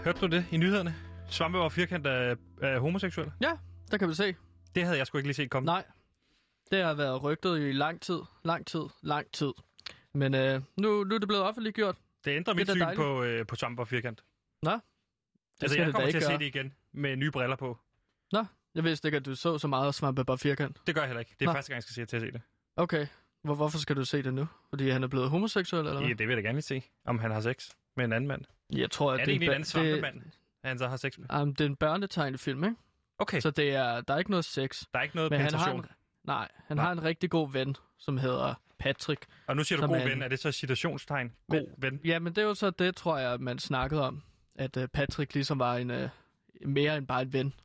Hørte du det i nyhederne? Svampebob Firkant er homoseksuel? Ja, der kan vi se. Det havde jeg sgu ikke lige set komme. Nej, det har været rygtet i lang tid. Men nu er det blevet offentliggjort. Det ændrer mit syn på Svampebob Firkant. Nå, altså, jeg kommer til at se det igen med nye briller på. Nå, jeg vidste ikke, at du så meget af Svampebob Firkant. Det gør jeg heller ikke. Det er første gang, jeg skal se til at se det. Okay. Hvorfor skal du se det nu? Fordi han er blevet homoseksuel, eller hvad? Ja, det vil jeg da gerne lige se. Om han har sex med en anden mand. Jeg tror, at er det egentlig en anden svampemand, han så har sex med? Det er en børnetegnefilm, ikke? Okay. Så der er ikke noget sex. Der er ikke noget penetration? Han har en rigtig god ven, som hedder Patrick. Og nu siger du god ven. Er det så citationstegn? God ven? Ja, men det er jo så det, tror jeg, man snakkede om. At Patrick ligesom var en mere end bare en ven.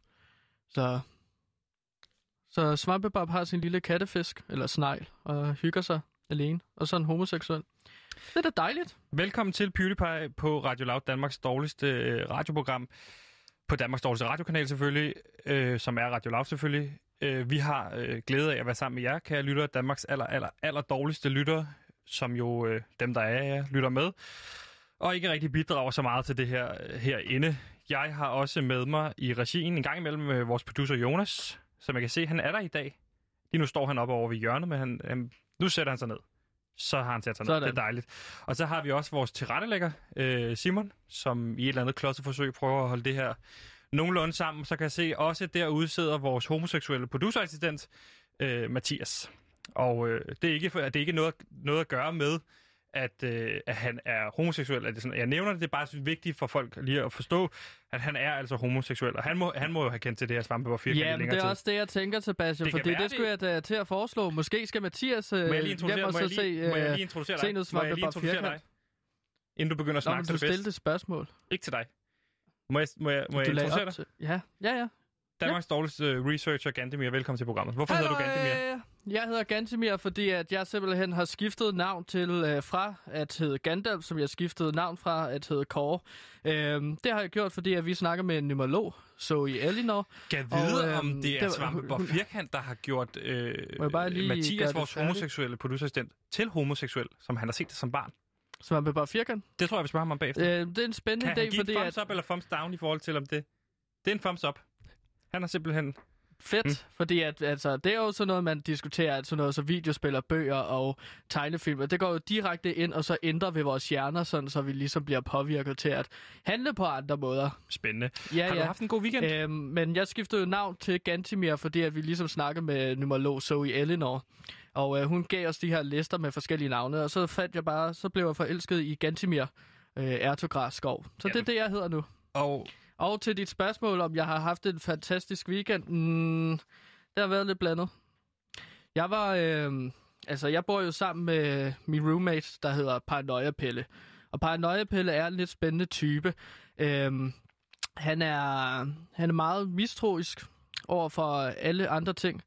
Så Svampebob har sin lille kattefisk, eller snegl, og hygger sig alene. Og så en homoseksuel. Det er da dejligt. Velkommen til PewDiePie på Radio Loud, Danmarks dårligste radioprogram. På Danmarks dårligste radiokanal selvfølgelig, som er Radio Loud selvfølgelig. Vi har glæde af at være sammen med jer, kære lyttere. Danmarks aller dårligste lyttere, som jo dem, der er jer, lytter med. Og ikke rigtig bidrager så meget til det her herinde. Jeg har også med mig i regien en gang imellem vores producer Jonas, som jeg kan se, han er der i dag. Lige nu står han oppe over ved hjørnet, men nu sætter han sig ned. Så har han sat sig ned. Det er dejligt. Og så har vi også vores tilrettelægger, Simon, som i et eller andet klodseforsøg prøver at holde det her nogenlunde sammen. Så kan jeg se, også derude sidder vores homoseksuelle producerassistent, Mathias. Og det er ikke noget at gøre med, at han er homoseksuel. At det sådan, jeg nævner det er bare vigtigt for folk lige at forstå, at han er altså homoseksuel. Og han må jo have kendt til det her Svampebob Firkant i længere tid. Ja, men det er også det, jeg tænker, Sebastian, fordi det skulle jeg da til at foreslå. Måske skal Mathias se noget Svampebob Firkant. Inden du begynder at snakke til det bedste. Du stillede et spørgsmål. Ikke til dig. Må jeg introducere dig? Ja. Danmarks dårligste researcher, Gantemir. Velkommen til programmet. Hvorfor hedder du Gantemir? Jeg hedder Gantemir, fordi at jeg simpelthen har skiftet navn til fra at hedde Gandalf, som jeg skiftede navn fra at hedde Kåre. Det har jeg gjort, fordi at vi snakker med en numerolog, Zoe Elinor. Kan vide, om det er Svampebob Firkant, der har gjort Mathias, vores homoseksuelle producerassistent, til homoseksuel, som han har set det som barn. Svampebob Firkant? Det tror jeg, vi spørger ham om bagefter. Det er en spændende idé, fordi... Kan han give thumbs up eller thumbs down i forhold til, om det... Det er en thumbs up. Han har simpelthen... Fedt, fordi altså, det er jo sådan noget, man diskuterer, at sådan noget så videospil og bøger og tegnefilm, det går jo direkte ind, og så ændrer vi vores hjerner, sådan, så vi ligesom bliver påvirket til at handle på andre måder. Spændende. Har du haft en god weekend? Men jeg skiftede jo navn til Gantemir, fordi at vi ligesom snakkede med numerolog Zoe Elinor, og hun gav os de her lister med forskellige navne, og så blev jeg forelsket i Gantemir Ertogras Skov. Så det er det, jeg hedder nu. Og til dit spørgsmål, om jeg har haft en fantastisk weekend, det har været lidt blandet. Jeg var, jeg bor jo sammen med min roommate, der hedder Paranoia Pelle. Og Paranoia Pelle er en lidt spændende type. Han er meget mistroisk over for alle andre ting.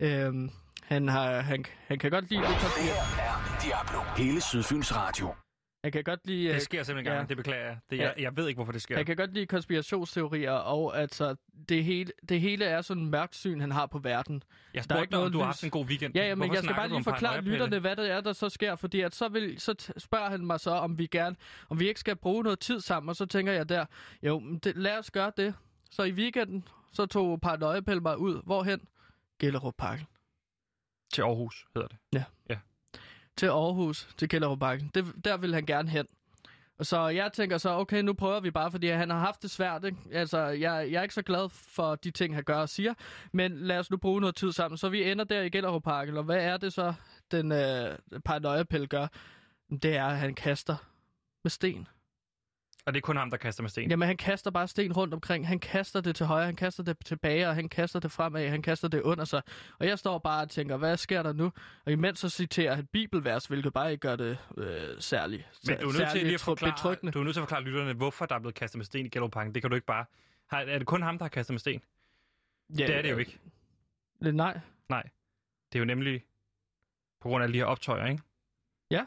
Han kan godt lide... Det her er Diablo. Hele Sydfyns Radio. Jeg kan godt lide... Det sker simpelthen gang, det beklager jeg. Jeg ved ikke, hvorfor det sker. Jeg kan godt lide konspirationsteorier, og altså, det hele er sådan en mørkt syn, han har på verden. Jeg spurgte dig, om du har haft en god weekend. Ja, men jeg skal bare lige forklare lytterne, hvad det er, der så sker, fordi at så spørger han mig så, om vi ikke skal bruge noget tid sammen, og så tænker jeg der, lad os gøre det. Så i weekenden, så tog Paranoia Pelle mig ud. Hvorhen? Gellerupparken. Til Aarhus, hedder det. Ja. Til Aarhus, til Gellerupparken. Der vil han gerne hen. Så jeg tænker så, okay, nu prøver vi bare, fordi han har haft det svært. Ikke? Altså, jeg er ikke så glad for de ting, han gør og siger, men lad os nu bruge noget tid sammen. Så vi ender der i Gellerupparken, og hvad er det så, den Paranoia Pelle gør? Det er, at han kaster med sten. Og det er kun ham, der kaster med sten? Jamen, han kaster bare sten rundt omkring. Han kaster det til højre, han kaster det tilbage, og han kaster det fremad, han kaster det under sig. Og jeg står bare og tænker, hvad sker der nu? Og imens så citerer han bibelvers, hvilket bare ikke gør det særligt. Men du er nødt til lige at forklare lytterne, hvorfor der er blevet kastet med sten i Gellerupparken. Det kan du ikke bare... Er det kun ham, der har kastet med sten? Ja, det er det jo ikke. Nej. Nej. Det er jo nemlig på grund af alle de her optøjer, ikke? Ja.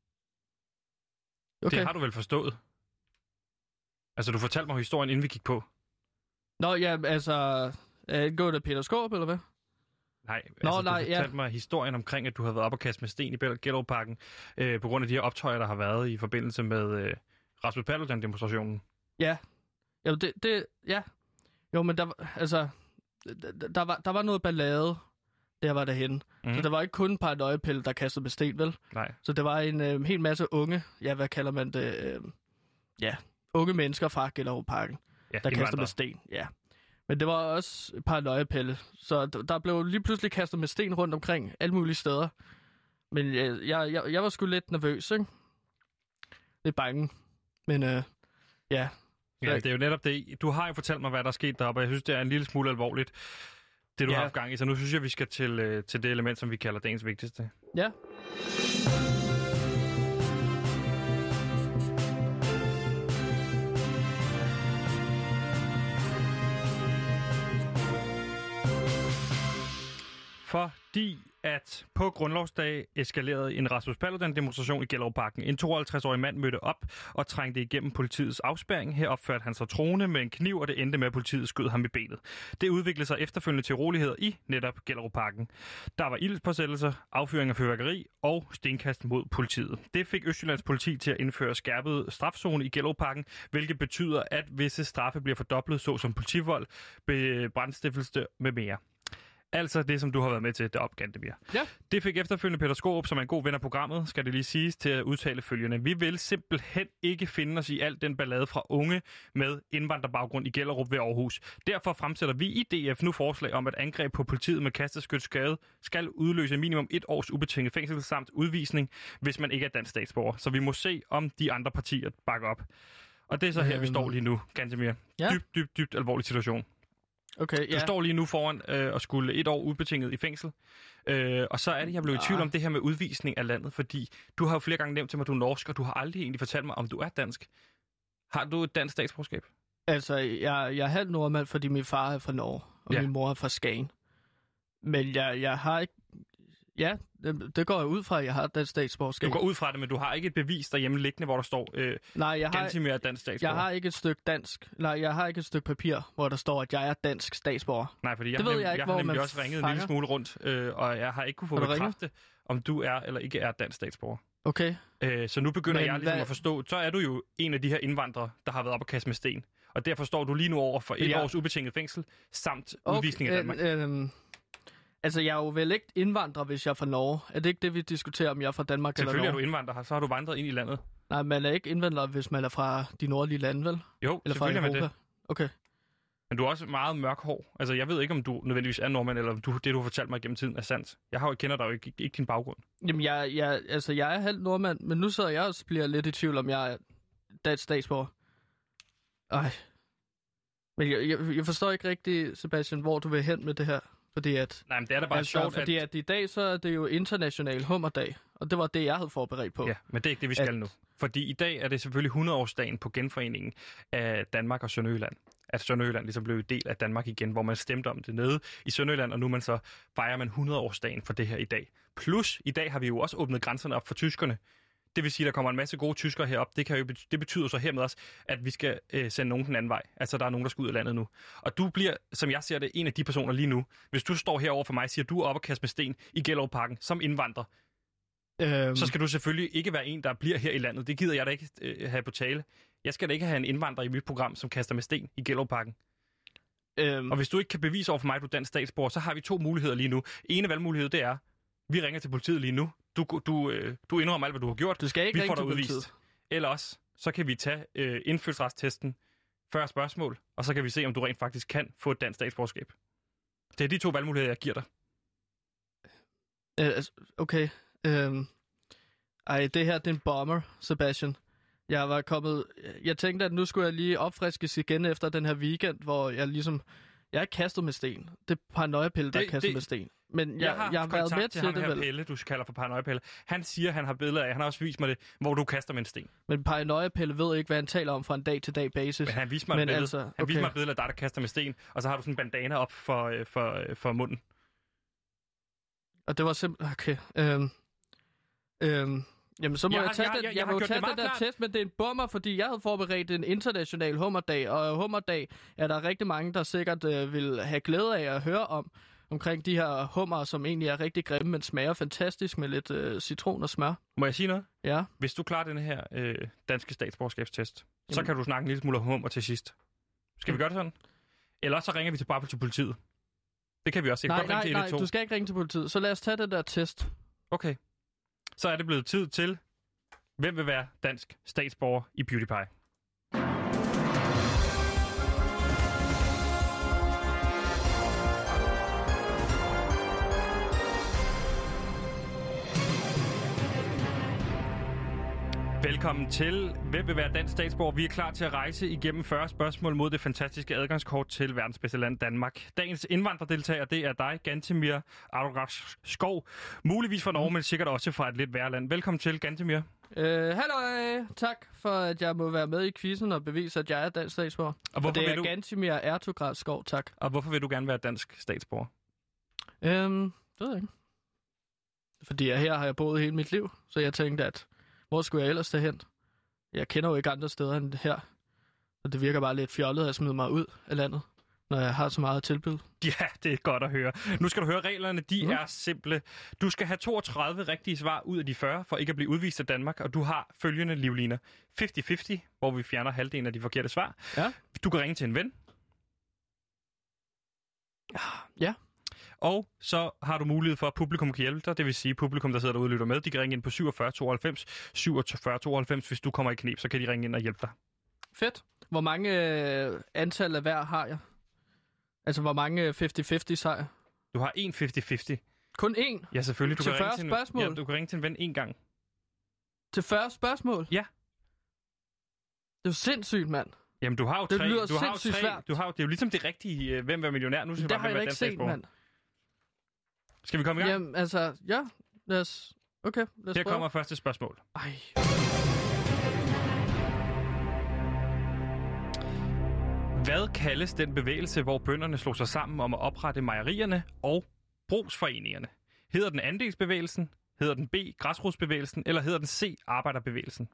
Okay. Det har du vel forstået? Altså, du fortalte mig historien, inden vi gik på. Nå, ja, altså... Går det Peter Skåb, eller hvad? Nej, du fortalte mig historien omkring, at du havde været op og kastet med sten i Gellerupparken, på grund af de her optøjer, der har været i forbindelse med Rasmus Paludan-demonstrationen. Ja. Jo, ja. Jo, men der var noget ballade, der var derhenne. Så der var ikke kun et par nøjepille, der kastede med sten, vel? Nej. Så det var en hel masse unge, hvad kalder man det? Unge mennesker fra Gellerupparken, der kastede med sten, ja. Men det var også et par nøjepille, så der blev lige pludselig kastet med sten rundt omkring alle mulige steder. Men jeg var sgu lidt nervøs, ikke? Lidt bange, men ja. Ja, det er jo netop det. Du har jo fortalt mig, hvad der er sket deroppe, og jeg synes, det er en lille smule alvorligt, det du har haft gang i. Så nu synes jeg, vi skal til det element, som vi kalder dagens vigtigste. Ja. Fordi at på grundlovsdag eskalerede en Rasmus Paludan-demonstration i Gellerupparken. En 52-årig mand mødte op og trængte igennem politiets afspærring. Her opførte han sig troende med en kniv, og det endte med, at politiet skød ham i benet. Det udviklede sig efterfølgende til roligheder i netop Gellerupparken. Der var ildspåsættelser, affyring af fyrværkeri og stenkast mod politiet. Det fik Østjyllands politi til at indføre skærpet strafzone i Gellerupparken, hvilket betyder, at visse straffe bliver fordoblet, såsom politivold, brandstiftelse med mere. Altså det, som du har været med til, deroppe, Gantemir. Ja. Det fik efterfølgende Peter Skaarup, som er en god ven af programmet, skal det lige siges, til at udtale følgende. Vi vil simpelthen ikke finde os i alt den ballade fra unge med indvandrerbaggrund i Gellerup ved Aarhus. Derfor fremsætter vi i DF nu forslag om, at angreb på politiet med kasteskytsskade skal udløse minimum 1 års ubetinget fængsel samt udvisning, hvis man ikke er dansk statsborger. Så vi må se, om de andre partier bakker op. Og det er så her, vi står lige nu, Gantemir. Ja. Dybt alvorlig situation. Okay, Du står lige nu foran og skulle 1 år ubetinget i fængsel. Og så er det, jeg blev i tvivl om det her med udvisning af landet, fordi du har jo flere gange nævnt til mig, at du er norsk, og du har aldrig egentlig fortalt mig, om du er dansk. Har du et dansk statsborgerskab? Altså, jeg er halv nordmand, fordi min far er fra Norge, og min mor er fra Skagen. Men jeg har ikke... Ja, det går jeg ud fra, at jeg har dansk statsborgerskab. Du går ud fra det, men du har ikke et bevis derhjemme liggende, hvor der står Gantemir dansk statsborger. Jeg har ikke et stykke jeg har ikke et stykke papir, hvor der står, at jeg er dansk statsborger. Nej, fordi jeg har nemlig også ringet en lille smule rundt, og jeg har ikke kunne få bekræfte, om du er eller ikke er dansk statsborger. Okay. Så nu begynder jeg ligesom at forstå, så er du jo en af de her indvandrere, der har været op og kaste med sten. Og derfor står du lige nu over for 1 års ubetinget fængsel, samt udvisning af Danmark. Altså, jeg er jo vel ikke indvandrer, hvis jeg er fra Norge. Er det ikke det, vi diskuterer, om jeg er fra Danmark eller Norge? Selvfølgelig er du indvandrer her, så har du vandret ind i landet. Nej, man er ikke indvandrer, hvis man er fra de nordlige lande, vel? Jo, eller fra selvfølgelig Europa. er det. Okay. Men du er også meget mørk hår. Altså, jeg ved ikke, om du nødvendigvis er nordmand, eller det, du har fortalt mig gennem tiden, er sandt. Kender dig jo ikke din baggrund. Jamen, jeg er halv nordmand, men nu sidder jeg også bliver lidt i tvivl, om jeg er dansk statsborger. Men jeg forstår ikke rigtigt, Sebastian, hvor du vil hen med det her. Fordi at... Nej, men det er da bare sjovt, fordi at i dag, så er det jo international hummerdag, og det var det, jeg havde forberedt på. Ja, men det er ikke det, vi skal nu. Fordi i dag er det selvfølgelig 100-årsdagen på genforeningen af Danmark og Sønderjylland. At Sønderjylland ligesom blev en del af Danmark igen, hvor man stemte om det nede i Sønderjylland, og nu fejrer man 100-årsdagen for det her i dag. Plus, i dag har vi jo også åbnet grænserne op for tyskerne. Det vil sige, at der kommer en masse gode tyskere herop. Det betyder så hermed også, at vi skal sende nogen den anden vej. Altså, der er nogen, der skal ud af landet nu. Og du bliver, som jeg ser det, en af de personer lige nu. Hvis du står herover for mig og siger, at du er oppe og kaster med sten i Gellerupparken som indvandrer, så skal du selvfølgelig ikke være en, der bliver her i landet. Det gider jeg da ikke have på tale. Jeg skal da ikke have en indvandrer i mit program, som kaster med sten i Gellerupparken. Og hvis du ikke kan bevise over for mig, at du er dansk statsborger, så har vi 2 muligheder lige nu. Ene valgmulighed, det er, vi ringer til politiet lige nu. Du indrømmer alt, hvad du har gjort. Du skal ikke vi får dig udvist. Politiet. Eller også, så kan vi tage indfødsretstesten 40 spørgsmål, og så kan vi se, om du rent faktisk kan få et dansk statsborgerskab. Det er de 2 valgmuligheder, jeg giver dig. Okay. Det her det er en bomber, Sebastian. Jeg tænkte, at nu skulle jeg lige opfriskes igen efter den her weekend, hvor jeg er kastet med sten. Det er paranoiapille, der er kastet med sten. Men jeg har været med til det, vel? Pelle, du kalder for paranoiapille. Han siger, han har billeder af, han har også vist mig det, hvor du kaster med en sten. Men paranoiapille ved ikke, hvad han taler om fra en dag-til-dag basis. Men han viste mig et billede. Han viste mig et billede af dig, der kaster med sten, og så har du sådan en bandana op for munden. Og det var simpelthen... Okay. Jamen, så må jeg tage den der test, men det er en bomber, fordi jeg havde forberedt en international hummerdag, og hummerdag er der rigtig mange, der sikkert vil have glæde af at høre omkring de her hummer, som egentlig er rigtig grimme, men smager fantastisk med lidt citron og smør. Må jeg sige noget? Ja. Hvis du klarer den her danske statsborgerskabstest, så kan du snakke en lille smule om hummer til sidst. Skal vi gøre det sådan? Eller så ringer vi bare til politiet. Det kan vi også. Nej, du skal ikke ringe til politiet. Så lad os tage den der test. Okay. Så er det blevet tid til, hvem vil være dansk statsborger i Beauty Pie? Velkommen til Hvem vil være dansk statsborger? Vi er klar til at rejse igennem 40 spørgsmål mod det fantastiske adgangskort til verdens bedste land, Danmark. Dagens indvandrerdeltager, det er dig, Gantemir Adogaard-Skov. Muligvis fra Norge, men sikkert også fra et lidt værre land. Velkommen til, Gantemir. Hallo, tak for, at jeg må være med i quizzen og bevise, at jeg er dansk statsborger. Og det er Gantemir Adogaard-Skov, tak. Og hvorfor vil du gerne være dansk statsborger? Det ved jeg ikke. Fordi her har jeg boet hele mit liv, så jeg tænkte, at hvor skulle jeg ellers tage hen? Jeg kender jo ikke andre steder end her. Og det virker bare lidt fjollet at smide mig ud af landet, når jeg har så meget at tilbyde. Ja, det er godt at høre. Nu skal du høre reglerne. De er simple. Du skal have 32 rigtige svar ud af de 40, for ikke at blive udvist af Danmark. Og du har følgende livliner. 50-50, hvor vi fjerner halvdelen af de forkerte svar. Ja. Du kan ringe til en ven. Ja. Og så har du mulighed for, at publikum kan hjælpe dig. Det vil sige, at publikum, der sidder derude og lytter med, de kan ringe ind på 47 92 47 92. Hvis du kommer i kneb, så kan de ringe ind og hjælpe dig. Fedt. Hvor mange antal af hver har jeg? Altså, hvor mange 50-50 har jeg? Du har en 50-50. Kun én? Ja, selvfølgelig. Du til kan 40 ringe spørgsmål? Ja, du kan ringe til en ven én gang. Til 40 spørgsmål? Ja. Det er jo sindssygt, mand. Jamen, du har jo tre. Det lyder sindssygt svært. Det er jo ligesom det rigtige, hvem er millionær. Nu skal det har jeg ikke set, mand. Skal vi komme i gang? Jamen, altså, ja. Lad os Her kommer første spørgsmål. Ej. Hvad kaldes den bevægelse, hvor bønderne slog sig sammen om at oprette mejerierne og brugsforeningerne? Hedder den andelsbevægelsen? Hedder den B, græsrodsbevægelsen? Eller hedder den C, arbejderbevægelsen?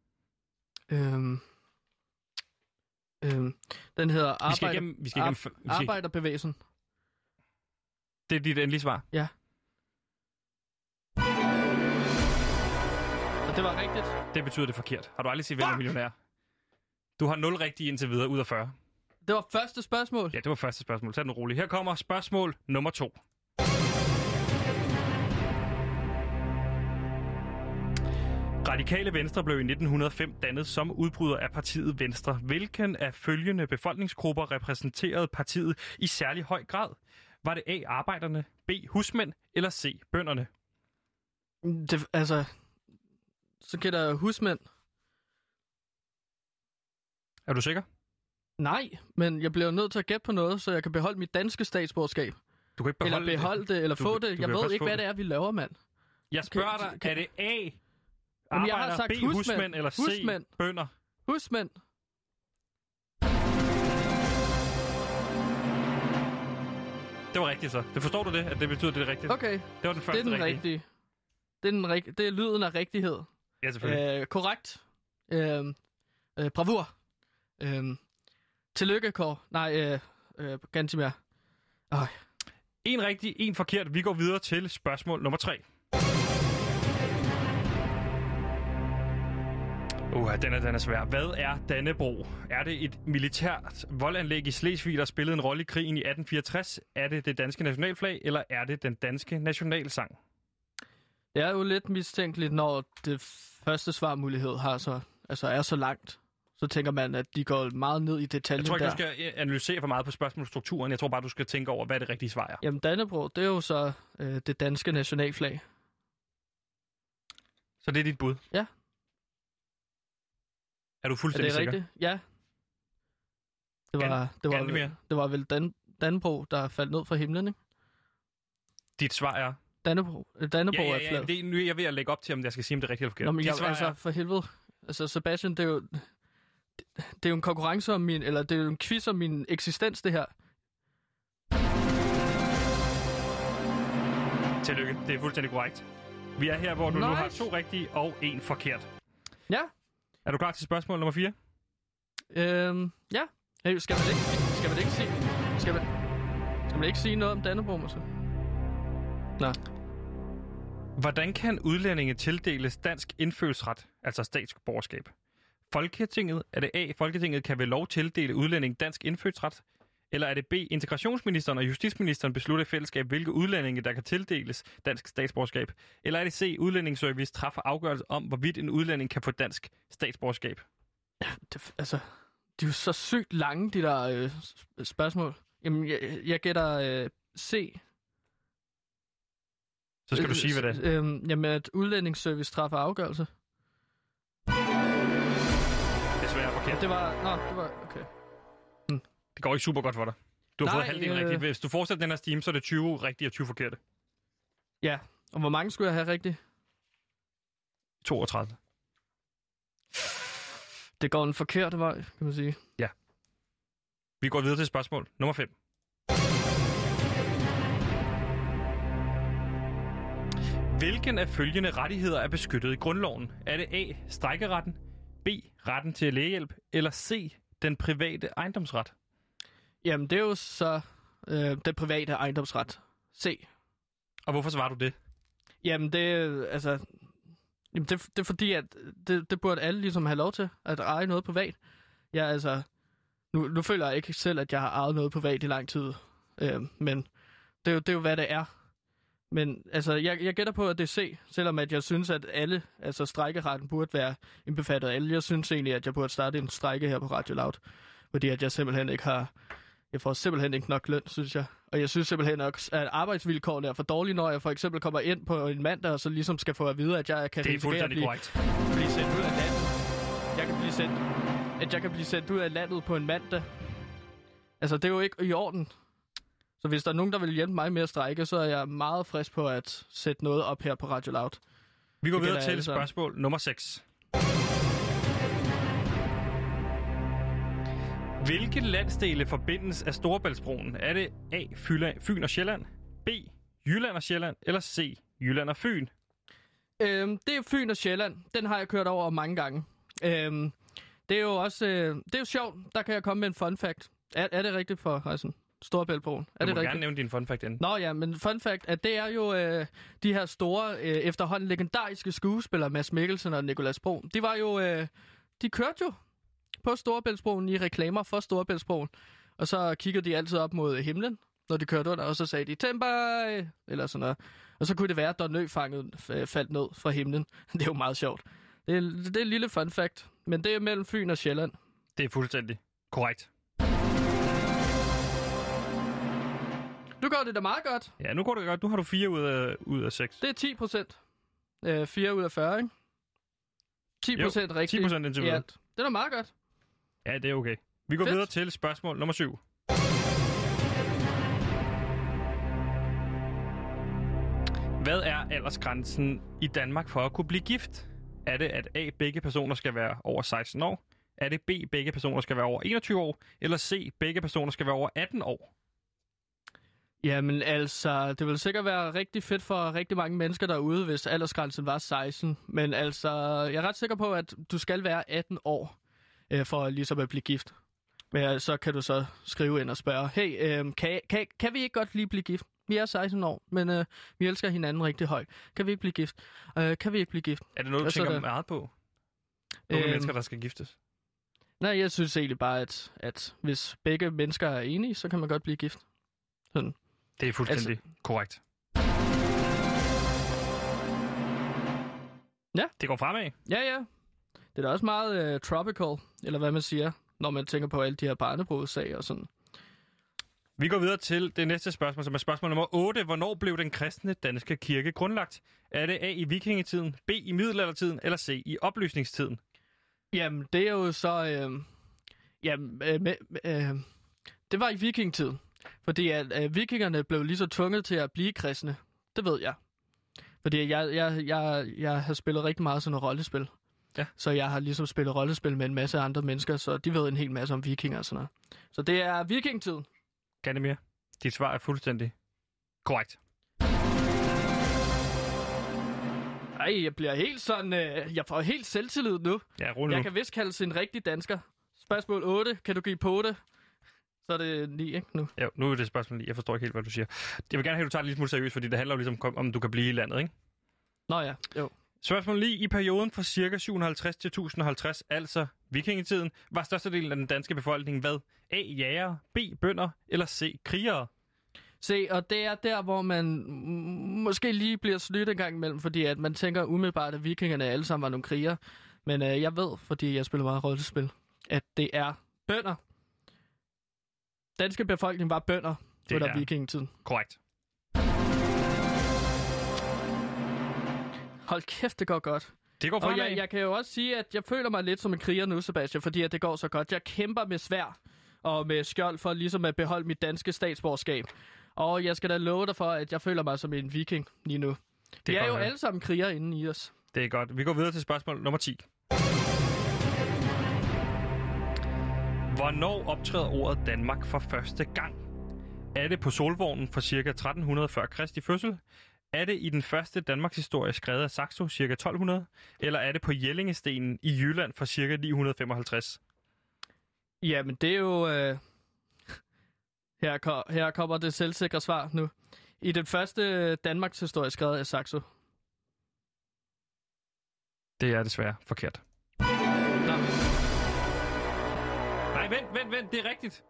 Den hedder arbejderbevægelsen. Det er dit endelige svar? Ja. Og det var rigtigt? Det betyder det forkert. Har du aldrig set, hvem er millionær? Du har 0 rigtige indtil videre ud af 40. Det var første spørgsmål? Ja, det var første spørgsmål. Tag den roligt. Her kommer spørgsmål nummer 2. Radikale Venstre blev i 1905 dannet som udbryder af partiet Venstre. Hvilken af følgende befolkningsgrupper repræsenterede partiet i særlig høj grad? Var det A, arbejderne, B, husmænd eller C, bønderne? Så gælder jeg husmænd. Er du sikker? Nej, men jeg bliver nødt til at gætte på noget, så jeg kan beholde mit danske statsborgerskab. Du kan ikke beholde det, eller få det. Jeg ved ikke, hvad det er, vi laver, mand. Jeg spørger dig, er det A, arbejder, jeg har sagt B, husmænd eller C, bønder? Husmænd. Det var rigtigt så. Det forstår du det, at det betyder, det er rigtigt? Okay. Det var den første rigtige. Det er lyden af rigtighed. Ja, selvfølgelig. Korrekt. Bravur. Tillykke, Kåre. Nej, Gantemir. En rigtig, en forkert. Vi går videre til spørgsmål nummer 3. Den er svær. Hvad er Dannebrog? Er det et militært voldanlæg i Slesvig, der spillede en rolle i krigen i 1864? Er det det danske nationalflag, eller er det den danske nationalsang? Det er jo lidt mistænkeligt, når det første svarmulighed er så langt. Så tænker man, at de går meget ned i detaljen der. Jeg tror ikke, du skal analysere for meget på spørgsmålsstrukturen. Jeg tror bare, du skal tænke over, hvad det rigtige svar er. Jamen, Dannebrog, det er jo så det danske nationalflag. Så det er dit bud? Ja. Er du fuldstændig sikker? Er det rigtigt? Ja. Det var vel Dannebrog, der faldt ned fra himlen, ikke? Dit svar er? Dannebrog er flad. Nu er jeg ved at lægge op til, om jeg skal sige, om det er rigtigt eller forkert. Nå, men for helvede. Altså, Sebastian, det er jo en konkurrence om det er jo en quiz om min eksistens, det her. Tillykke, det er fuldstændig korrekt. Vi er her, hvor du nu har 2 rigtige og 1 forkert. Ja. Er du klar til spørgsmål nummer 4? Ja. Hey, skal man ikke sige noget om Dannebrog, måske? Nå. Hvordan kan udlændinge tildeles dansk indfødsret, altså statsborgerskab? Folketinget? Er det A, Folketinget kan ved lov tildele udlænding dansk indfødsret? Eller er det B, integrationsministeren og justitsministeren beslutter i fællesskab, hvilke udlændinge, der kan tildeles dansk statsborgerskab? Eller er det C, udlændingsservice træffer afgørelse om, hvorvidt en udlænding kan få dansk statsborgerskab? Ja, de er jo så sygt lange, de der spørgsmål. Jamen, jeg gætter C. Så skal du sige, hvad det er. Jamen, at udlændingsservice træffer afgørelse. Desværre forkert. Ja, det var... Okay. Det går ikke super godt for dig. Du har fået halvdelen rigtigt. Hvis du fortsætter den her stime, så er det 20 rigtige og 20 forkerte. Ja, og hvor mange skulle jeg have rigtigt? 32. Det går en forkert vej, kan man sige. Ja. Vi går videre til spørgsmål nummer 5. Hvilken af følgende rettigheder er beskyttet i grundloven? Er det A, strejkeretten, B, retten til lægehjælp, eller C, den private ejendomsret? Jamen, det er jo så den private ejendomsret. C. Og hvorfor svarer du det? Jamen, det er fordi, at det burde alle ligesom have lov til, at eje noget privat. Ja, altså, nu føler jeg ikke selv, at jeg har ejet noget privat i lang tid. Men det er jo, hvad det er. Men altså, jeg gætter på, at det er C, selvom at jeg synes, at alle, altså strejkeretten burde være indbefattet af alle. Jeg synes egentlig, at jeg burde starte en strejke her på Radio Loud, fordi at jeg simpelthen ikke har... Jeg får simpelthen ikke nok løn, synes jeg. Og jeg synes simpelthen også, at arbejdsvilkårene er for dårlige, når jeg for eksempel kommer ind på en mandag, og så ligesom skal få at vide, at jeg kan risikere at blive sendt ud af landet. Jeg kan blive sendt ud af landet på en mandag. Altså, det er jo ikke i orden. Så hvis der er nogen, der vil hjælpe mig med at strejke, så er jeg meget frisk på at sætte noget op her på Radio Loud. Vi går videre til spørgsmål nummer 6. Hvilke landsdele forbindes af Storebæltsbroen? Er det A, Fyn og Sjælland, B, Jylland og Sjælland, eller C, Jylland og Fyn? Det er Fyn og Sjælland. Den har jeg kørt over mange gange. Det er jo også det er jo sjovt. Der kan jeg komme med en fun fact. Er det rigtigt for Heisen? Storebæltsbroen. Du må gerne nævne din fun fact inden. Nå ja, men fun fact, at det er jo de her store, efterhånden legendariske skuespillere, Mads Mikkelsen og Nicolas Bro. De var jo, de kørte jo på Storebæltsbroen i reklamer for Storebæltsbroen. Og så kiggede de altid op mod himlen, når de kørte under, og så sagde de, Tempej! Eller sådan noget. Og så kunne det være, at Dornø-fanget faldt ned fra himlen. Det er jo meget sjovt. Det er en lille fun fact, men det er mellem Fyn og Sjælland. Det er fuldstændig korrekt. Nu går det da meget godt. Ja, nu går det godt. Nu har du 4 ud af 6. Det er 10%. 4 ud af 40, ikke? 10% rigtigt. 10% indtil videre. Det er da meget godt. Ja, det er okay. Vi går videre til spørgsmål nummer 7. Hvad er aldersgrænsen i Danmark for at kunne blive gift? Er det, at A, begge personer skal være over 16 år? Er det B, begge personer skal være over 21 år? Eller C, begge personer skal være over 18 år? Jamen altså, det vil sikkert være rigtig fedt for rigtig mange mennesker derude, hvis aldersgrænsen var 16. Men altså, jeg er ret sikker på, at du skal være 18 år, for ligesom at blive gift. Men så kan du så skrive ind og spørge, hey, kan vi ikke godt lige blive gift? Vi er 16 år, men vi elsker hinanden rigtig højt. Kan vi ikke blive gift? Kan vi ikke blive gift? Er det noget, du tænker meget på? Nogle mennesker, der skal giftes? Nej, jeg synes egentlig bare, at hvis begge mennesker er enige, så kan man godt blive gift. Sådan. Det er fuldstændig korrekt. Ja. Det går fremad. Ja. Det er da også meget tropical, eller hvad man siger, når man tænker på alle de her barnebrudssager og sådan. Vi går videre til det næste spørgsmål, som er spørgsmål nummer 8. Hvornår blev den kristne danske kirke grundlagt? Er det A i vikingetiden, B i middelaldertiden, eller C i oplysningstiden? Jamen, det er jo så... det var i vikingetiden. Fordi at vikingerne blev lige så tvunget til at blive kristne. Det ved jeg. Fordi jeg har spillet rigtig meget sådan noget rollespil. Ja. Så jeg har ligesom spillet rollespil med en masse andre mennesker, så de ved en hel masse om vikinger og sådan noget. Så det er vikingetiden. Gantemir, dit svar er fuldstændig korrekt. Ej, jeg bliver helt sådan... jeg får helt selvtillid nu. Ja, rolig nu. Jeg kan vist kaldes en rigtig dansker. Spørgsmål 8. Kan du give på det? Så er det 9, ikke nu? Ja, nu er det spørgsmål 9. Jeg forstår ikke helt, hvad du siger. Jeg vil gerne have, at du tager det lidt smule seriøst, fordi det handler jo ligesom om du kan blive i landet, ikke? Nå ja, jo. Spørgsmål 9. I perioden fra ca. 750 til 1050, altså vikingetiden, var størstedelen af den danske befolkning hvad? A. Jæger, B. Bønder eller C. Krigere? Se, og det er der, hvor man måske lige bliver snydt en gang imellem, fordi at man tænker umiddelbart, at vikingerne alle sammen var nogle krigere. Men jeg ved, fordi jeg spiller meget rollespil, at det er bønder. Danske befolkning var bønder under vikingetiden. Korrekt. Hold kæft, det går godt. Det går fremad. Og jeg kan jo også sige, at jeg føler mig lidt som en kriger nu, Sebastian, fordi at det går så godt. Jeg kæmper med sværd og med skjold for ligesom at beholde mit danske statsborgerskab. Og jeg skal da love dig for, at jeg føler mig som en viking lige nu. Vi er jo alle sammen kriger inden i os. Det er godt. Vi går videre til spørgsmål nummer 10. Hvornår optræder ordet Danmark for første gang? Er det på Solvognen for ca. 1300 før Kristi fødsel? Er det i den første Danmarks historie skrevet af Saxo ca. 1200? Eller er det på Jellingestenen i Jylland for ca. 955? Jamen, det er jo... Her kommer det selvsikre svar nu. I den første Danmarks historie skrevet af Saxo. Det er desværre forkert. Nå. Nej, vent. Det er rigtigt.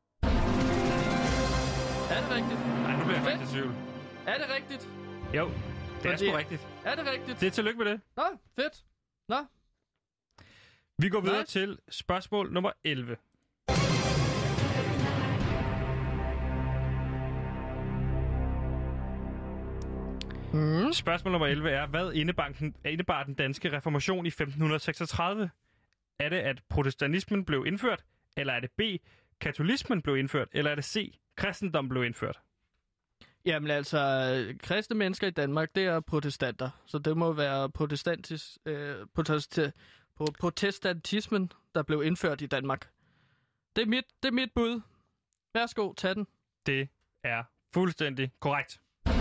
Er det rigtigt? Nej, nu bliver jeg faktisk i tvivl. Er det rigtigt? Jo, det er sgu rigtigt. Er det rigtigt? Det er tillykke med det. Nå, fedt. Nå. Vi går videre til spørgsmål nummer 11. Spørgsmål nummer 11 er, hvad indebar den danske reformation i 1536? Er det, at protestantismen blev indført? Eller er det B, katolismen blev indført? Eller er det C, kristendom blev indført? Jamen altså, kristne mennesker i Danmark, det er protestanter. Så det må være protestantismen, der blev indført i Danmark. Det er mit bud. Værsgo, tag den. Det er fuldstændig korrekt.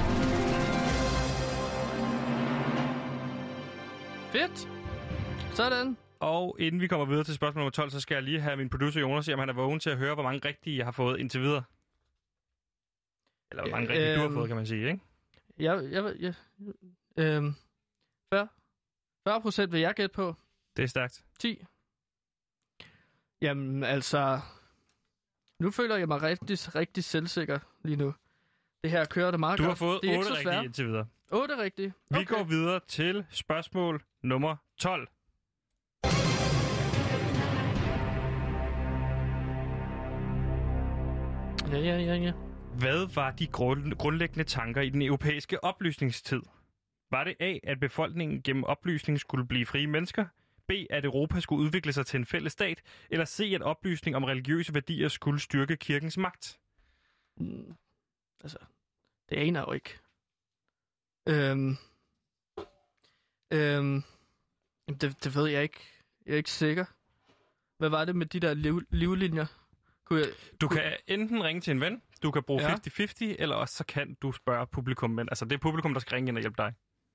Fedt. Sådan. Og inden vi kommer videre til spørgsmål nummer 12, så skal jeg lige have min producer Jonas se, om han er vågen til at høre, hvor mange rigtige jeg har fået indtil videre. Eller hvor mange rigtige du har fået, kan man sige, ikke? 40% vil jeg gætte på. Det er stærkt. 10. Jamen altså, nu føler jeg mig rigtig selvsikker lige nu. Det her kører det meget godt. godt. Du har fået 8 rigtige indtil videre. 8 rigtige. Okay. Vi går videre til spørgsmål nummer 12. Ja. Hvad var de grundlæggende tanker i den europæiske oplysningstid? Var det A, at befolkningen gennem oplysning skulle blive frie mennesker? B, at Europa skulle udvikle sig til en fælles stat? Eller C, at oplysning om religiøse værdier skulle styrke kirkens magt? Altså, det aner jeg jo ikke. Det ved jeg ikke. Jeg er ikke sikker. Hvad var det med de der livlinjer? Du kan enten ringe til en ven, du kan bruge 50-50, eller også så kan du spørge publikum. Men altså, det er publikum, der skal ringe ind og hjælpe dig.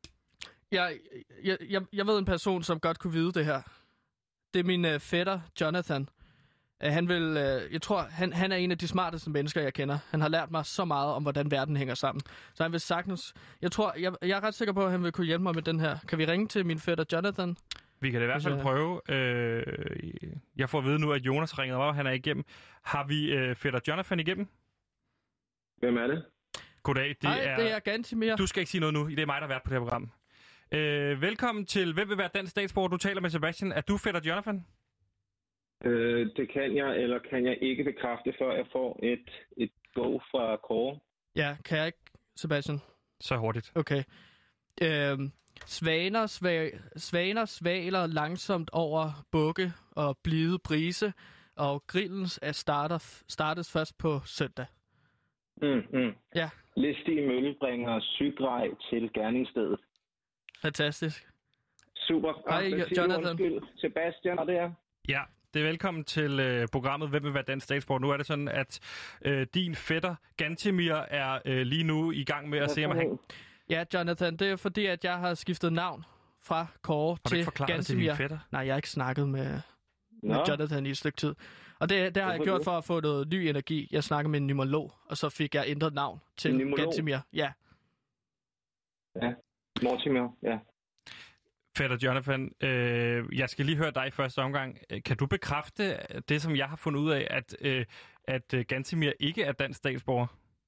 Jeg ved en person, som godt kunne vide det her. Det er min fætter, Jonathan. Jeg tror, han er en af de smarteste mennesker, jeg kender. Han har lært mig så meget om, hvordan verden hænger sammen. Så han vil sagtens... Jeg er ret sikker på, at han vil kunne hjælpe mig med den her. Kan vi ringe til min fætter, Jonathan? Vi kan det i hvert fald prøve. Jeg får at vide nu, at Jonas ringede mig, og han er igennem. Har vi fætter Jonathan igennem? Hvem er det? Goddag, det er Gantimir. Du skal ikke sige noget nu. Det er mig, der har været på det her program. Velkommen til Hvem vil være dansk statsborger? Du taler med Sebastian. Er du fætter Jonathan? Det kan jeg, eller kan jeg ikke bekræfte, før jeg får et go fra Kåre? Ja, kan jeg ikke, Sebastian? Så hurtigt. Okay. Svaner svaler langsomt over bukke og blide brise, og grillen startes først på søndag. Ja. Listige mølle bringer sygrej til gerningsstedet. Fantastisk. Super. Hej, Jonathan. Undskyld. Sebastian, og det er? Ja, det er velkommen til programmet Hvem vil være dansk statsborger? Nu er det sådan, at din fætter Gantimir er lige nu i gang med at se, om han... Ja, Jonathan, det er fordi, at jeg har skiftet navn fra Kåre til Gantimir. Nej, jeg har ikke snakket med Jonathan i et stykke tid. Og det har jeg gjort for at få noget ny energi. Jeg snakkede med en numerolog, og så fik jeg ændret navn til Gantimir. Ja. Ja, Mortimer, ja. Fætter Jonathan, jeg skal lige høre dig i første omgang. Kan du bekræfte det, som jeg har fundet ud af, at Gantemir ikke er dansk statsborger?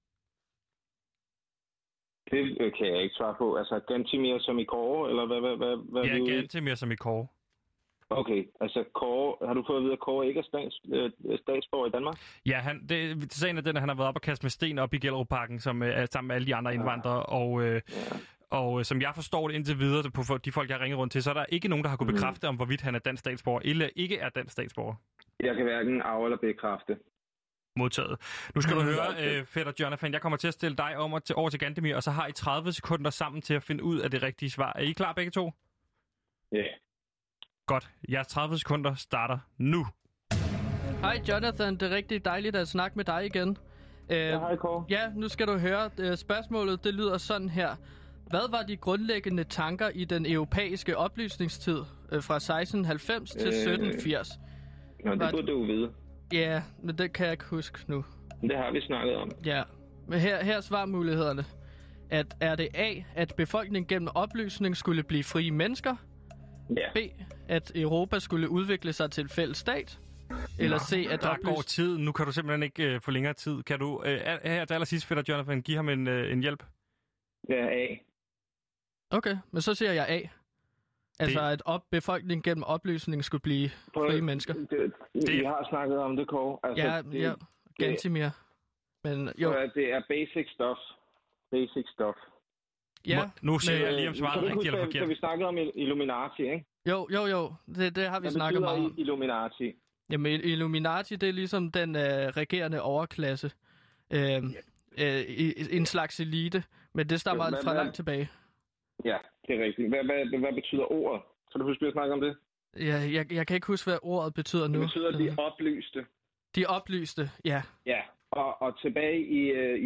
Det kan jeg ikke svare på. Altså Gantemir som i Kåre, eller hvad? Ja, Gantemir som i Kåre. Okay, altså Kåre, har du fået at vide, at Kåre ikke er statsborger i Danmark? Ja, sagen er den, at han har været op og kastet med sten op i Gellerupparken sammen med alle de andre indvandrere, og som jeg forstår det indtil videre på de folk, jeg ringer rundt til, så er der ikke nogen, der har kunnet bekræfte om, hvorvidt han er dansk statsborger eller ikke er dansk statsborger. Jeg kan hverken af eller bekræfte. Modtaget. Nu skal du høre, Fætter Jonathan, jeg kommer til at stille dig over til Gantemir, og så har I 30 sekunder sammen til at finde ud af det rigtige svar. Er I klar begge to? Ja. Yeah. Godt. Jeres 30 sekunder starter nu. Hej Jonathan, det er rigtig dejligt at snakke med dig igen. Hej Kåre. Ja, nu skal du høre. Spørgsmålet, det lyder sådan her. Hvad var de grundlæggende tanker i den europæiske oplysningstid fra 1690 til 1780? Nå, det burde du vide. Ja, men det kan jeg ikke huske nu. Det har vi snakket om. Ja, men her er svarmulighederne. Er det A, at befolkningen gennem oplysning skulle blive frie mennesker? Ja. B, at Europa skulle udvikle sig til en fælles stat? Eller C, at der går tid. Nu kan du simpelthen ikke få længere tid. Kan du her til allersidst, Fætter Jonathan, give ham en hjælp? Ja, A. Okay, men så siger jeg A. Altså, at befolkningen gennem oplysning skulle blive frie mennesker. Vi har snakket om det, Kåre. Altså, ja, Gantemir. Men jo. Det er basic stuff. Basic stuff. Ja. Nu ser jeg lige om svaret rigtigt eller forkert. Så vi snakkede om Illuminati, ikke? Jo. Det har vi snakket meget om. Illuminati? Jamen, Illuminati, det er ligesom den regerende overklasse. En slags elite. Men det stammer fra langt tilbage. Ja, det er rigtigt. Hvad betyder ordet? Kan du huske, at snakke om det? Ja, jeg kan ikke huske, hvad ordet betyder nu. Det betyder de oplyste. De oplyste, ja. Ja, og tilbage i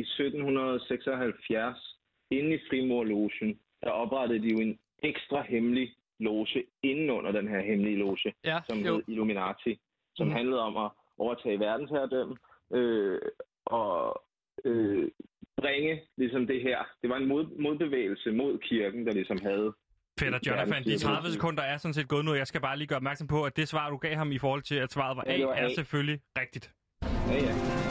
1776, inde i Frimurlogen, der oprettede de jo en ekstra hemmelig loge inden under den her hemmelige loge, som hed Illuminati, som handlede om at overtage verdensherredømme og bringe ligesom det her. Det var en modbevægelse mod kirken, der ligesom havde... Fætter Jonathan, de 30 sekunder er sådan set gået nu. Jeg skal bare lige gøre opmærksom på, at det svar, du gav ham i forhold til, at svaret var A, er selvfølgelig rigtigt. Ja.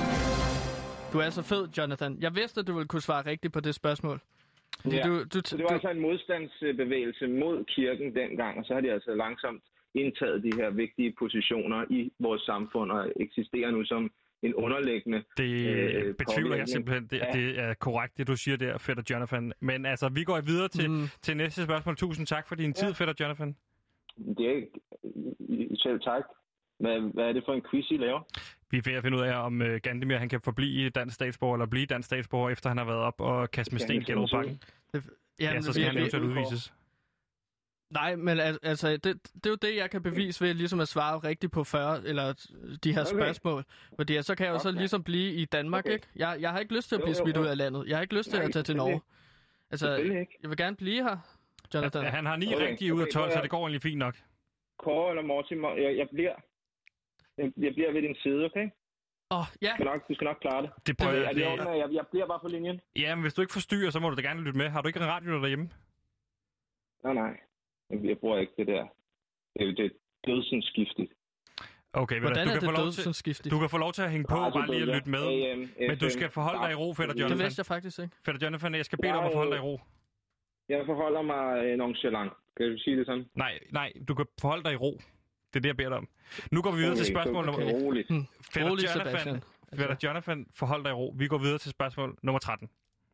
Du er så fed, Jonathan. Jeg vidste, at du ville kunne svare rigtigt på det spørgsmål. Ja, det var altså en modstandsbevægelse mod kirken dengang, og så har de altså langsomt indtaget de her vigtige positioner i vores samfund og eksisterer nu som en underliggende... Det betvivler jeg simpelthen. Det er korrekt, det du siger der, Fætter Jonathan. Men altså, vi går videre til næste spørgsmål. Tusind tak for din tid, Fætter Jonathan. Det er selv tak. Hvad er det for en quiz, I laver? Vi er ved at finde ud af, om Gantemir han kan forblive dansk statsborger, eller blive dansk statsborger, efter han har været op og kastet med sten gennem bakken. Ja, så skal han eventuelt udvises. Nej, men altså, det er jo det, jeg kan bevise ved ligesom at svare rigtigt på 40, eller de her spørgsmål. Fordi så kan jeg jo så ligesom blive i Danmark, ikke? Jeg har ikke lyst til at blive smidt ud af landet. Jeg har ikke lyst til at tage til Norge. Altså, jeg vil gerne blive her, Jonathan. Ja, han har 9 rigtige ud af 12, så det går egentlig fint nok. Kåre eller Mortimer, jeg bliver ved din side, okay? Ja. Du skal nok klare det. Det prøver jeg. Jeg bliver bare på linjen. Ja, men hvis du ikke forstyrrer, så må du da gerne lytte med. Har du ikke en radio derhjemme? Nej. Jeg bruger ikke det der. Det er dødsensgiftigt. Okay, hvordan er det dødsensgiftigt? Du kan få lov til at hænge på, bare lige at lytte med. Men du skal forholde dig i ro, Fætter Jonathan. Det vidste jeg faktisk ikke. Fætter Jonathan, jeg skal bede dig om at forholde dig i ro. Jeg forholder mig nonchalant. Kan du sige det sådan? Nej, du kan forholde dig i ro. Det er det, jeg beder dig om. Nu går vi videre til spørgsmål nummer... Roligt. Fætter Jonathan, forhold dig i ro. Vi går videre til spørgsmål nummer 13.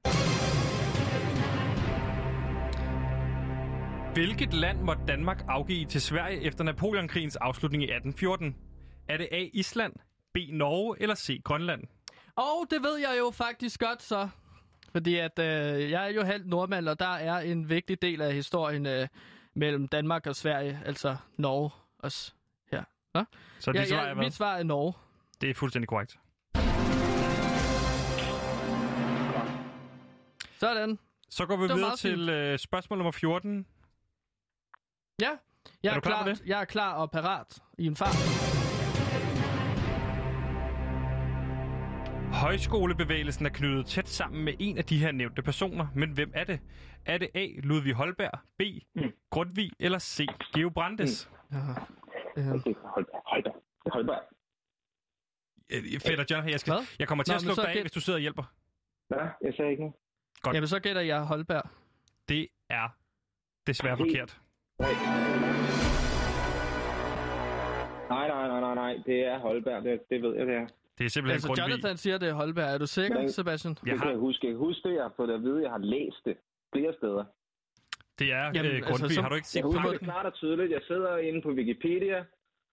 Hvilket land måtte Danmark afgive til Sverige efter Napoleonkrigens afslutning i 1814? Er det A. Island, B. Norge eller C. Grønland? Det ved jeg jo faktisk godt så. Fordi at jeg er jo halvt nordmand, og der er en vigtig del af historien mellem Danmark og Sverige, altså Norge også her. Nå? Så dit svar er hvad? Mit svar er Norge. Det er fuldstændig korrekt. Sådan. Så går vi videre til spørgsmål nummer 14. Ja, jeg er klar med det? Jeg er klar og parat i en fart. Højskolebevægelsen er knyttet tæt sammen med en af de her nævnte personer, men hvem er det? Er det A. Ludvig Holberg, B. Grundtvig eller C. Georg Brandes? Holberg. Fætter Jonathan, jeg kommer til at slukke dig af, hvis du sidder og hjælper. Ja, jeg sagde ikke noget. Godt. Jamen, så gætter jeg Holberg. Det er desværre forkert. Nej. Det er Holberg. Det ved jeg, det er. Det er simpelthen altså, Grundtvig. Jonathan siger, det er Holberg. Er du sikker, Sebastian? Jeg kan huske det. Jeg har fået det at vide. Jeg har læst det flere steder. Det er Grundtvig. Altså, har du ikke set det? Jeg husker det klart og tydeligt. Jeg sidder inde på Wikipedia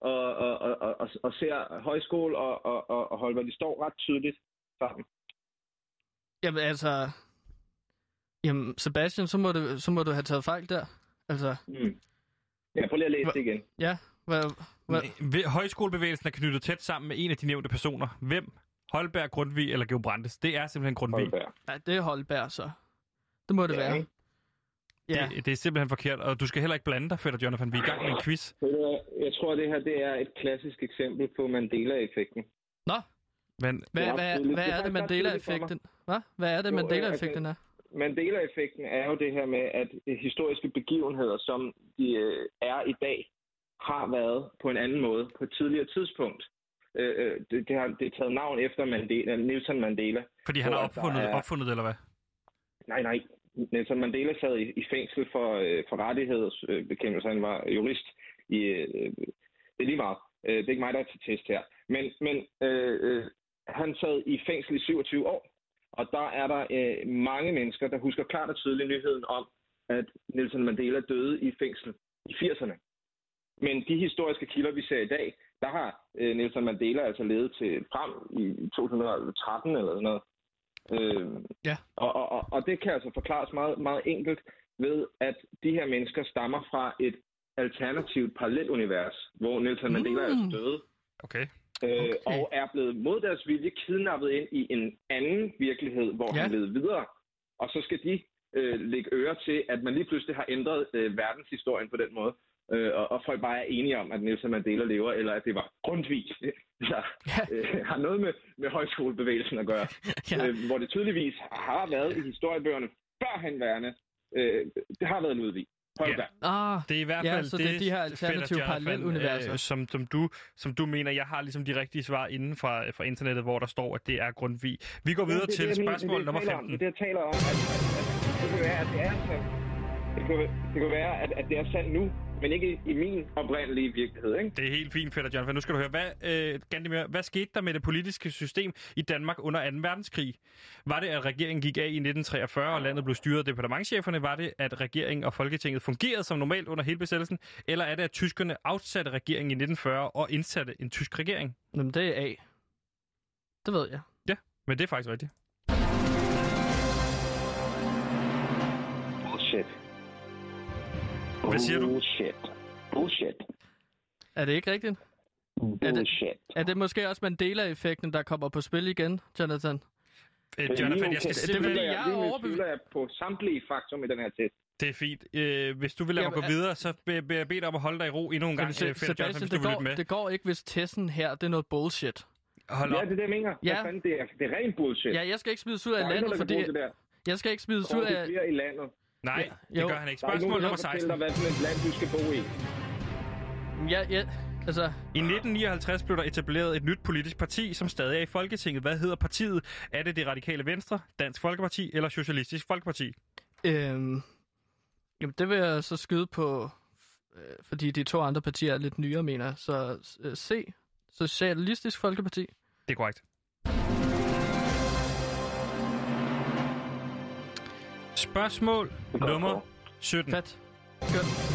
og ser højskole og Holberg. De står ret tydeligt sammen. Jamen altså... Jamen, Sebastian, så må du have taget fejl der. Altså... Ja, prøv lige at læse det igen. Ja, Højskolebevægelsen er knyttet tæt sammen med en af de nævnte personer. Hvem? Holberg, Grundtvig eller Georg Brandes? Det er simpelthen Grundtvig. Holberg. Ja, det er Holberg, så. Det må det være. Ja. Det er simpelthen forkert, og du skal heller ikke blande dig, Fætter Jonathan. Vi er i gang med en quiz. Jeg tror, det her det er et klassisk eksempel på Mandela-effekten. Nå? Hvad er det, Mandela-effekten? Hvad er det, Mandela-effekten er? Mandela-effekten er jo det her med, at historiske begivenheder, som de er i dag, har været på en anden måde på et tidligere tidspunkt. Det er taget navn efter Nelson Mandela. Fordi han har opfundet eller hvad? Nej. Nelson Mandela sad i fængsel for rettighedsbekæmpelse. Han var jurist. Det er lige meget. Det er ikke mig, der er til test her. Men han sad i fængsel i 27 år. Og der er der mange mennesker, der husker klart og tydeligt nyheden om, at Nelson Mandela døde i fængsel i 80'erne. Men de historiske kilder, vi ser i dag, der har Nelson Mandela altså levet til frem i 2013 eller sådan noget. Ja. Og det kan altså forklares meget, meget enkelt ved, at de her mennesker stammer fra et alternativt parallelunivers, hvor Nelson Mandela er døde. Okay. Og er blevet mod deres vilje kidnappet ind i en anden virkelighed, hvor han levede videre. Og så skal de lægge øre til, at man lige pludselig har ændret verdenshistorien på den måde. Og folk bare er enige om, at Nelson Mandela lever, eller at det var Grundtvig, der har noget med højskolebevægelsen at gøre. Hvor det tydeligvis har været i historiebøgerne førhenværende. Det har været Ludvig. Det er i hvert fald så det er de her alternative paralleluniverser. som du mener. Jeg har ligesom de rigtige svar inden fra internettet, hvor der står, at det er Grundtvig. Vi går videre til spørgsmål nummer 15. Det jeg taler om, at det kan være, at det er sandt. Det kan være, at det er sandt nu, men ikke i min oprindelige virkelighed, ikke? Det er helt fint, Fætter John, for nu skal du høre. Hvad skete der med det politiske system i Danmark under 2. verdenskrig? Var det, at regeringen gik af i 1943, og landet blev styret af departementscheferne? Var det, at regeringen og Folketinget fungerede som normalt under hele besættelsen? Eller er det, at tyskerne afsatte regeringen i 1940 og indsatte en tysk regering? Jamen, det er A. Det ved jeg. Ja, men det er faktisk rigtigt. Bullshit. Hvad siger du? Bullshit. Er det ikke rigtigt? Bullshit. Er det måske også Mandela-effekten, der kommer på spil igen, Jonathan? Jonathan, jeg skal simpelthen... Det er fordi, jeg er overbevist på samtlige faktum i den her test. Det er fint. Hvis du vil lade mig gå videre, så beder jeg dig om at holde dig i ro endnu en gang. Sebastian, det går ikke, hvis testen her, det er noget bullshit. Hold op. Ja, det er det, jeg mener. Ja. Det er rent bullshit. Ja, jeg skal ikke smides ud af landet, fordi... Jeg skal ikke smides ud af... i landet. Nej, det gør han ikke. Spørgsmål nummer 16. Der er hvad for et land, du skal bo i. Ja, altså... I 1959 blev der etableret et nyt politisk parti, som stadig er i Folketinget. Hvad hedder partiet? Er det Radikale Venstre, Dansk Folkeparti eller Socialistisk Folkeparti? Jamen, det vil jeg så skyde på, fordi de 2 andre partier er lidt nyere, mener jeg. Så C, Socialistisk Folkeparti. Det er korrekt. Spørgsmål nummer 17. Fat. Godt.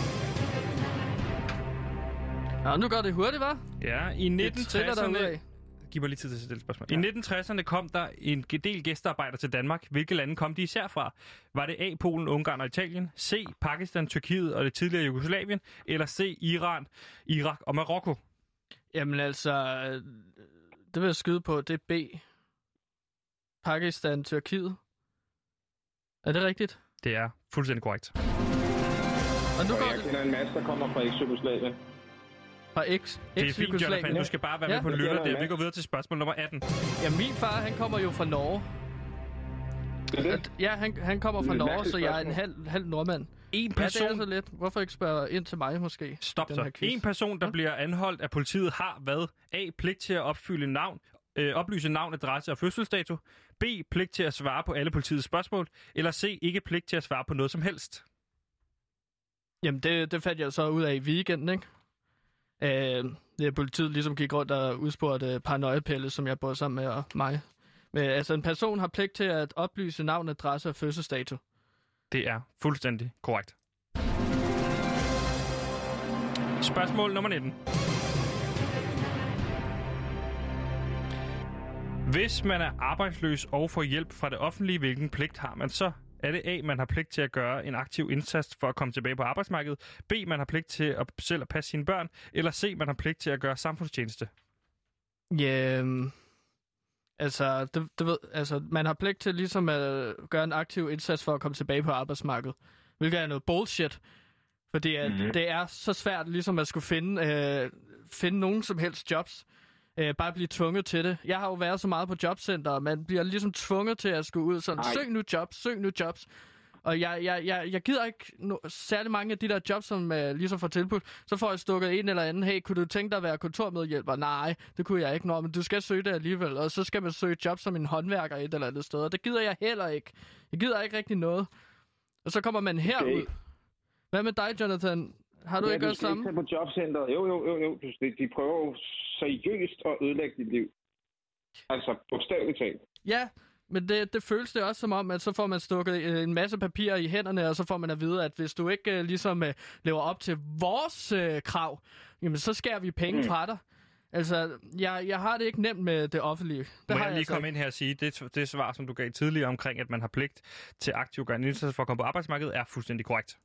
Ja, nu går det hurtigt, hva'? Ja, i 1960'erne... Giv mig lige tid til at stille spørgsmål. Ja. I 1960'erne kom der en del gæstearbejdere til Danmark. Hvilke lande kom de især fra? Var det A, Polen, Ungarn og Italien? C, Pakistan, Tyrkiet og det tidligere Jugoslavien? Eller C, Iran, Irak og Marokko? Jamen altså, det vil jeg skyde på, det er B. Pakistan, Tyrkiet. Er det rigtigt? Det er fuldstændig korrekt. Og nu jeg kender en masse, der kommer fra eks-Jugoslavien. Fra det er fint, Jonathan. Du skal bare være med på lytter der. Vi går videre til spørgsmål nummer 18. Ja, min far, han kommer jo fra Norge. Ja, han kommer fra Norge, så jeg er en halv nordmand. En person... Ja, det er så lidt. Hvorfor ikke spørge ind til mig, måske? Stop så. En person, der bliver anholdt af politiet, har hvad? A. Pligt til at oplyse navn, adresse og fødselsdato. B. Pligt til at svare på alle politiets spørgsmål. Eller C. Ikke pligt til at svare på noget som helst. Jamen, det fandt jeg så ud af i weekenden, ikke? Politiet ligesom gik rundt og udspurgte paranoiapelle, som jeg bor sammen med og mig. Men altså, en person har pligt til at oplyse navn, adresse og fødselsdato. Det er fuldstændig korrekt. Spørgsmål nummer 19. Hvis man er arbejdsløs og får hjælp fra det offentlige, hvilken pligt har man så? Er det A, man har pligt til at gøre en aktiv indsats for at komme tilbage på arbejdsmarkedet? B, man har pligt til at selv at passe sine børn? Eller C, man har pligt til at gøre samfundstjeneste? Ja, altså, man har pligt til ligesom at gøre en aktiv indsats for at komme tilbage på arbejdsmarkedet. Hvilket er noget bullshit. Fordi det er så svært ligesom at skulle finde nogen som helst jobs. Bare blive tvunget til det. Jeg har jo været så meget på jobcenter, og man bliver ligesom tvunget til at skulle ud sådan, søg nu jobs. Og jeg gider ikke særlig mange af de der jobs, som ligesom får tilbudt. Så får jeg stukket en eller anden, hey, kunne du tænke dig at være kontormedhjælper? Nej, det kunne jeg ikke nå, men du skal søge det alligevel. Og så skal man søge job som en håndværker et eller andet sted, og det gider jeg heller ikke. Jeg gider ikke rigtig noget. Og så kommer man herud. Hvad med dig, Jonathan? Har du ikke også samme? På jobcenteret. Jo. De prøver jo seriøst at ødelægge dit liv. Altså, bogstaveligt talt. Ja, men det føles det også som om, at så får man stukket en masse papirer i hænderne, og så får man at vide, at hvis du ikke ligesom lever op til vores krav, jamen så skærer vi penge fra dig. Altså, jeg har det ikke nemt med det offentlige. Må jeg lige komme ind her og sige, det svar, som du gav tidligere omkring, at man har pligt til aktiv gøre en indsats for at komme på arbejdsmarkedet, er fuldstændig korrekt.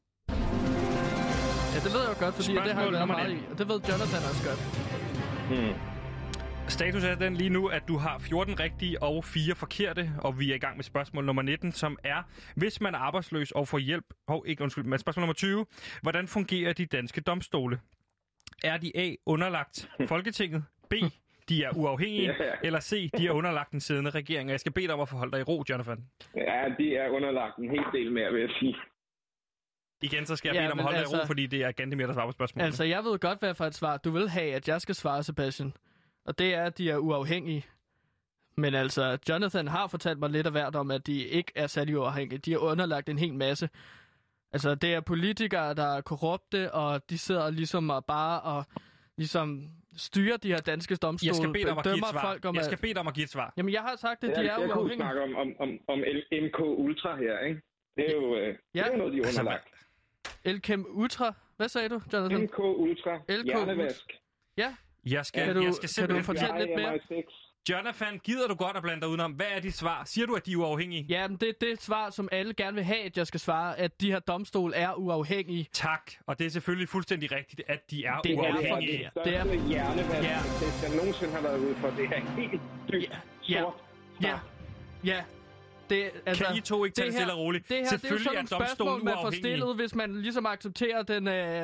Ja, det ved jeg jo godt, fordi det har jeg været meget i, og det ved Jonathan også godt. Status er den lige nu, at du har 14 rigtige og 4 forkerte, og vi er i gang med spørgsmål nummer 19, som er, hvis man er arbejdsløs og får hjælp... men spørgsmål nummer 20. Hvordan fungerer de danske domstole? Er de A, underlagt Folketinget? B, de er uafhængige? Eller C, de er underlagt den siddende regering? Og jeg skal bede dig om at forholde dig i ro, Jonathan. Ja, de er underlagt en hel del mere, vil jeg sige. Igen, så skal jeg bede dig om at holde dig i ro, fordi det er Gantemir, der svarer på spørgsmålet. Altså, jeg ved godt, hvad for et svar du vil have, at jeg skal svare, Sebastian. Og det er, at de er uafhængige. Men altså, Jonathan har fortalt mig lidt af hvert om, at de ikke er særlig uafhængige. De er underlagt en hel masse. Altså, det er politikere, der er korrupte, og de sidder ligesom og ligesom styrer de her danske domstole. Jeg skal bede dig om at give et svar. Jeg skal bede dig om at give et svar. Jamen, jeg har sagt, at de er uafhængige. Jeg kunne snakke om MK Ultra her, ikke? Det er jo, det er noget, de er underlagt. LKM Ultra? Hvad sagde du, Jonathan? MK Ultra. Hjernevask. Ja. Jeg skal kan du fortælle lidt mere? Jonathan, gider du godt at blande dig udenom? Hvad er dit svar? Siger du, at de er uafhængige? Ja, men det er det svar, som alle gerne vil have, at jeg skal svare, at de her domstole er uafhængige. Tak, og det er selvfølgelig fuldstændig rigtigt, at de er uafhængige. Det er hjernevask, jeg nogensinde har været ude for. Det er helt dybt sort. Ja. Det, altså, kan I to ikke tage det stille og roligt? Det her, selvfølgelig det er sådan et spørgsmål, man får stillet, hvis man ligesom accepterer den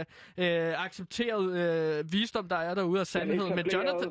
accepterede visdom, der er derude af sandheden. Men Jonathan...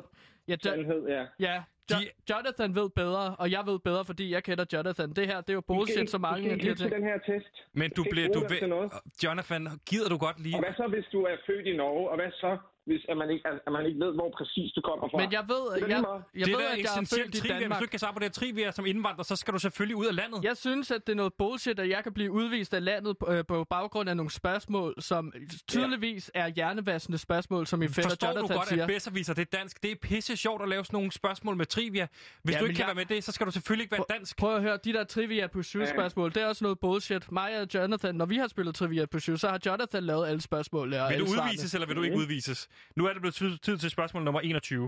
Jonathan ved bedre, og jeg ved bedre, fordi jeg kender Jonathan. Det her, det er jo bullshit, så mange af de her ting. Den her test. Men Jonathan, gider du godt lige... Og hvad så, hvis du er født i Norge? Og hvad så, hvis man ikke ved, hvor præcis du kommer fra? Men jeg ved, at jeg er født i Danmark. Hvis du ikke kan svare på det her trivia som indvandrer, så skal du selvfølgelig ud af landet. Jeg synes, at det er noget bullshit, at jeg kan blive udvist af landet på baggrund af nogle spørgsmål, som tydeligvis er hjernevaskende spørgsmål, som min fætter Jonathan siger. Forstår du godt, at bedserviser det er dansk? Det er pisse sjovt at lave sådan nogle spørgsmål med trivia. Hvis du ikke kan være med det, så skal du selvfølgelig ikke være dansk. Prøv at høre, de der trivia pursuit-spørgsmål, det er også noget bullshit. Mig og Jonathan, når vi har spillet trivia pursuit, så har Jonathan lavet alle spørgsmål. Vil du udvises, eller vil du ikke udvises? Nu er det blevet tid til spørgsmål nummer 21.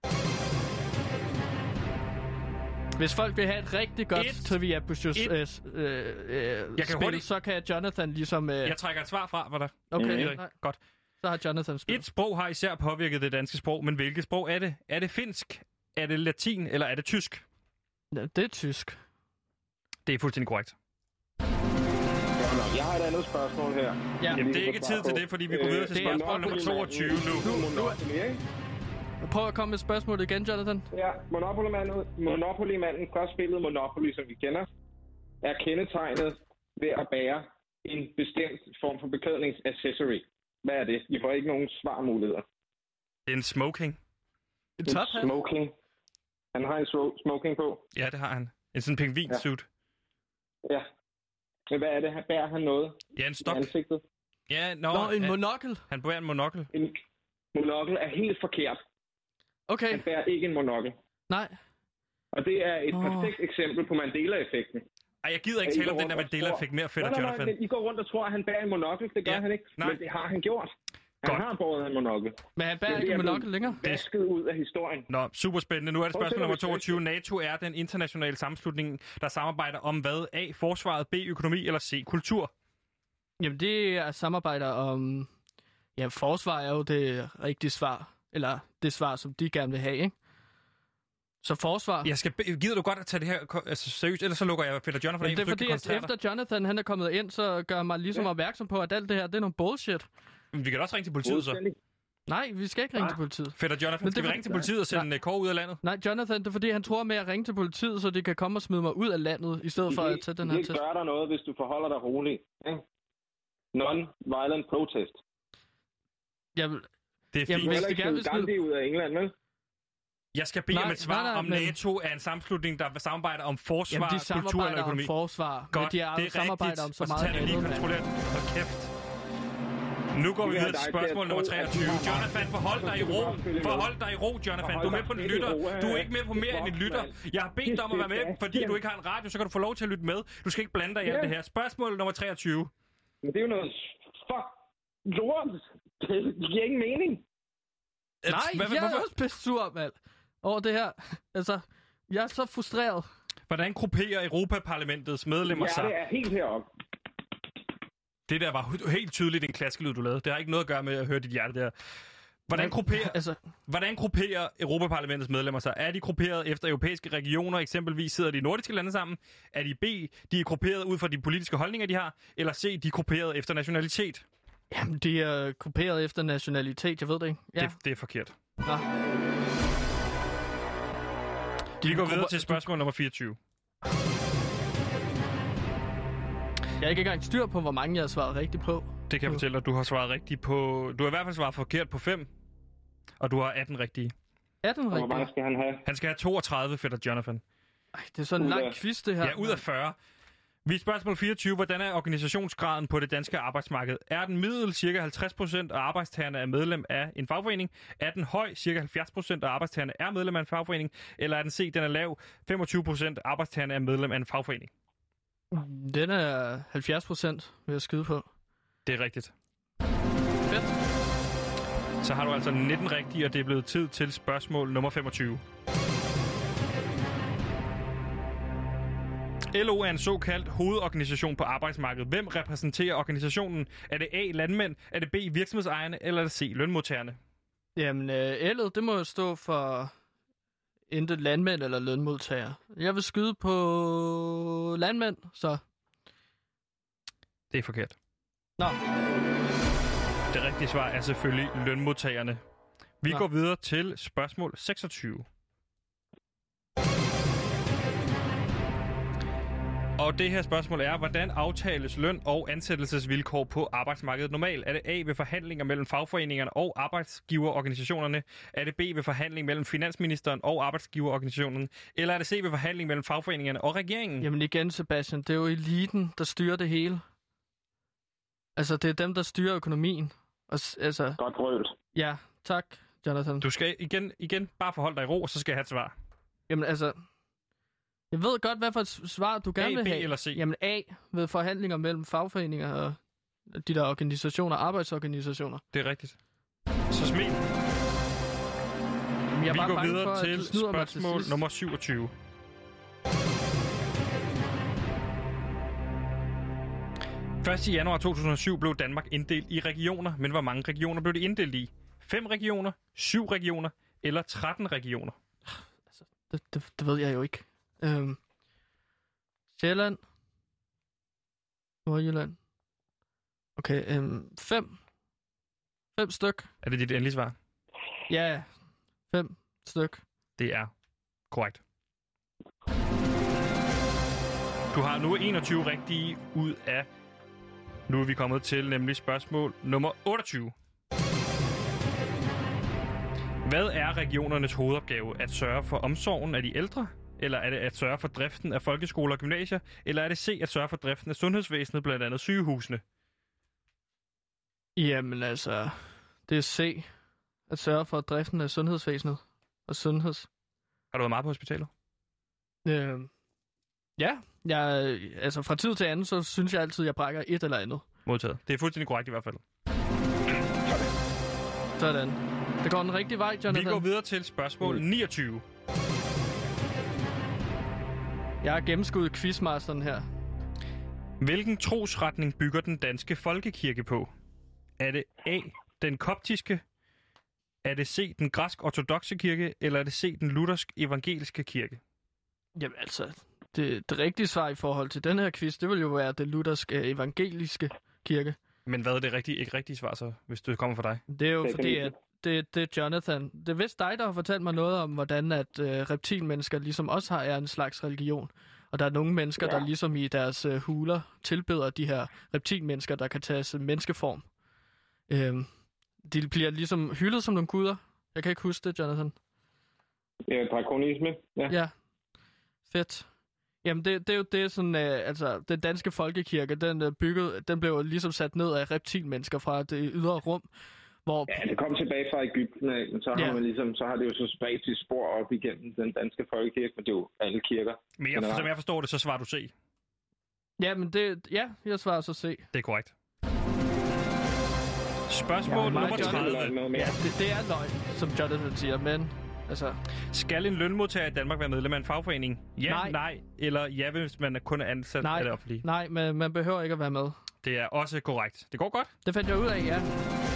Hvis folk vil have et rigtig godt trivia pursuit spil, så kan Jonathan ligesom... Jeg trækker et svar fra for dig. Okay, godt. Så har Jonathan spillet. Et sprog har især påvirket det danske sprog, men hvilket sprog er det? Er det finsk? Er det latin, eller er det tysk? Ja, det er tysk. Det er fuldstændig korrekt. Jeg har et andet spørgsmål her. Ja. Jamen, det er ikke tid til det, fordi vi går videre til spørgsmål nummer 22 nu. Prøv at komme med spørgsmålet igen, Jonathan. Ja, Monopoly-manden, først spillet Monopoly, som vi kender, er kendetegnet ved at bære en bestemt form for beklædningsaccessory. Hvad er det? I får ikke nogen svarmuligheder. Det er en smoking. En top hat? Smoking. Han har en smoking på. Ja, det har han. En sådan pingvinsuit. Ja. Men hvad er det? Bærer han noget? Ja, en stok. I ansigtet? Ja, en monokkel. Han bærer en monokkel. En monokkel er helt forkert. Okay. Han bærer ikke en monokkel. Nej. Og det er et perfekt eksempel på Mandela-effekten. Ej, jeg gider ikke tale om den der Mandela-effekt mere, Fætter Jonathan. Nej, I går rundt og tror, at han bærer en monokkel. Det gør han ikke. Nej. Men det har han gjort. Han har båret en monokkel. Men han bærer ikke en monokkel længere? Det er vasket ud af historien. Nå, super spændende. Nu er det spørgsmål nummer 22. NATO er den internationale sammenslutning, der samarbejder om hvad? A. Forsvaret, B. Økonomi eller C. Kultur? Jamen, det er samarbejder om... Ja, forsvar er jo det rigtige svar. Eller det svar, som de gerne vil have, ikke? Så forsvar... Gider du godt at tage det her seriøst, ellers så lukker jeg Fætter Jonathan af. Det er fordi, at efter Jonathan han er kommet ind, så gør mig ligesom opmærksom på, at alt det her, det er noget bullshit. Men vi kan også ringe til politiet, så. Nej, vi skal ikke ringe til politiet. Fætter Jonathan, skal vi ringe til politiet og sende Kåre ud af landet? Nej, Jonathan, det er fordi, han tror med at ringe til politiet, så de kan komme og smide mig ud af landet, i stedet for at tage den her test. Det gør der noget, hvis du forholder dig roligt. Non-violent protest. Jamen, det er fint. Jamen, hvis de gerne vil smide ud af England, vel? Jeg skal bede om et svar om NATO er en sammenslutning, der samarbejder om forsvar, kultur eller økonomi. Om forsvar, godt, men de er samarbejder om så meget andet. Hold kæft. Nu går vi videre til spørgsmål nummer 23. Jonathan, forhold dig i ro. Forhold dig i ro, Jonathan. Du er med på en lytter. Du er ikke med på mere end en lytter. Jeg har bedt dig om at være med, fordi du ikke har en radio, så kan du få lov til at lytte med. Du skal ikke blande dig i alt det her. Spørgsmål nummer 23. Men det er jo noget lort. Det giver ingen mening. Nej, jeg er også pisse sur, mand. Over det her. Altså, jeg er så frustreret. Hvordan grupperer Europaparlamentets medlemmer sig? Ja, det er helt heroppe. Det der var helt tydeligt en klaskelyd, du lavede. Det har ikke noget at gøre med at høre dit hjerte der. Hvordan grupperer Europaparlamentets medlemmer sig? Er de grupperet efter europæiske regioner? Eksempelvis sidder de nordiske lande sammen? Er de B, de er grupperet ud fra de politiske holdninger, de har? Eller C, de er grupperet efter nationalitet? Jamen, de er grupperet efter nationalitet, jeg ved det ikke. Ja. Det er forkert. Nå. Vi går videre til spørgsmål nummer 24. Jeg er ikke engang styr på, hvor mange jeg har svaret rigtigt på. Det kan jeg fortælle dig. Du har svaret rigtigt på... Du har i hvert fald svaret forkert på 5. Og du har 18 rigtige. 18 rigtige? Hvor mange skal han have? Han skal have 32, Fætter Jonathan. Ej, det er sådan en lang quiz, det her. Ja, ud af 40. Vi er spørgsmål 24. Hvordan er organisationsgraden på det danske arbejdsmarked? Er den middel, ca. 50% af arbejdstagerne er medlem af en fagforening? Er den høj, ca. 70% af arbejdstagerne er medlem af en fagforening? Eller er den C, den er lav, 25% af arbejdstagerne er medlem af en fagforening? Den er 70%, vil jeg skyde på. Det er rigtigt. Fedt. Så har du altså 19 rigtige, og det er blevet tid til spørgsmål nummer 25. LO er en såkaldt hovedorganisation på arbejdsmarkedet. Hvem repræsenterer organisationen? Er det A, landmænd? Er det B, virksomhedsejerne? Eller er det C, lønmodtagerne? Jamen, L'et, det må jo stå for intet landmænd eller lønmodtager. Jeg vil skyde på landmænd, så... Det er forkert. Nå. Det rigtige svar er selvfølgelig lønmodtagerne. Vi går videre til spørgsmål 26. Og det her spørgsmål er, hvordan aftales løn og ansættelsesvilkår på arbejdsmarkedet normalt? Er det A ved forhandlinger mellem fagforeningerne og arbejdsgiverorganisationerne? Er det B ved forhandling mellem finansministeren og arbejdsgiverorganisationen? Eller er det C ved forhandling mellem fagforeningerne og regeringen? Jamen igen, Sebastian, det er jo eliten, der styrer det hele. Altså, det er dem, der styrer økonomien. Og, altså... Godt brølt. Ja, tak, Jonathan. Du skal igen bare forholde dig i ro, og så skal jeg have et svar. Jamen altså... Jeg ved godt, hvad for et svar du gerne vil have. A, B eller C? Jamen A, ved forhandlinger mellem fagforeninger og de der organisationer, arbejdsorganisationer. Det er rigtigt. Så smil. Vi går videre til spørgsmål nummer 27. Først i januar 2007 blev Danmark inddelt i regioner, men hvor mange regioner blev det inddelt i? 5 regioner, 7 regioner eller 13 regioner? Altså, det ved jeg jo ikke. Sjælland. Nordjylland. Okay, 5 styk. Er det dit endelige svar? Ja, 5 styk. Det er korrekt. Du har nu 21 rigtige ud af Nu er vi kommet til nemlig spørgsmål nummer 28. Hvad er regionernes hovedopgave? At sørge for omsorgen af de ældre? Eller er det at sørge for driften af folkeskoler og gymnasier? Eller er det C, at sørge for driften af sundhedsvæsenet, blandt andet sygehusene? Jamen altså, det er C. At sørge for driften af sundhedsvæsenet og sundheds. Har du været meget på hospitalet? Ja. Altså fra tid til anden, så synes jeg altid, at jeg brækker et eller andet. Modtaget. Det er fuldstændig korrekt i hvert fald. Sådan. Det går den rigtige vej, Jonathan. Vi går videre til spørgsmål 29. Jeg har gennemskuddet quizmasteren her. Hvilken trosretning bygger den danske folkekirke på? Er det A, den koptiske? Er det C, den græsk-ortodokse kirke? Eller er det C, den luthersk-evangeliske kirke? Jamen altså, det rigtige svar i forhold til den her quiz, det vil jo være det luthersk-evangeliske kirke. Men hvad er det ikke rigtige svar så, hvis det kommer fra dig? Det er jo fordi, at det er Jonathan. Det er vist dig, der har fortalt mig noget om, hvordan at reptilmennesker ligesom også er en slags religion. Og der er nogle mennesker, der ligesom i deres huler tilbeder de her reptilmennesker, der kan tages menneskeform. De bliver ligesom hyldet som nogle guder. Jeg kan ikke huske det, Jonathan. Ja, drakonisme. Ja. Fedt. Jamen, det er jo det, sådan, altså, den danske folkekirke, den blev ligesom sat ned af reptilmennesker fra det ydre rum, hvor... Ja, det kom tilbage fra Egypten, men så har man ligesom, så har det jo så spredt sit spor op igennem den danske folkekirke, men det er jo alle kirker. Men som jeg forstår det, så svarer du C. Ja, men jeg svarer så C. Det er korrekt. Spørgsmål nummer 30. Ja, det er løgn, som Jonathan siger, men... Altså. Skal en lønmodtager i Danmark være medlem af en fagforening? Ja, nej, eller ja, hvis man kun er ansat af det offentlige? Nej, men man behøver ikke at være med. Det er også korrekt. Det går godt. Det fandt jeg ud af, ja.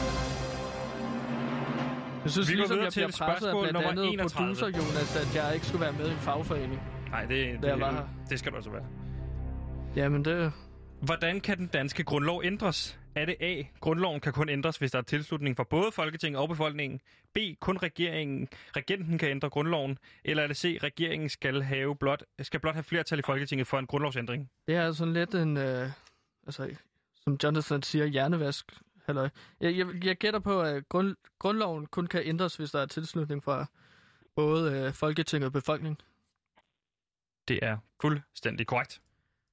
Jeg synes vi ligesom, jeg bliver presset af blandt andet producer, Jonas, at jeg ikke skulle være med i en fagforening. Nej, det skal du altså være. Jamen, det... Hvordan kan den danske grundlov ændres? Er det A, grundloven kan kun ændres, hvis der er tilslutning fra både Folketinget og befolkningen? B, kun regenten kan ændre grundloven? Eller er det C, regeringen skal blot have flertal i Folketinget for en grundlovsændring? Det er sådan lidt en, som Jonathan siger, hjernevask. Jeg gætter på, at grundloven kun kan ændres, hvis der er tilslutning fra både Folketinget og befolkningen. Det er fuldstændig korrekt.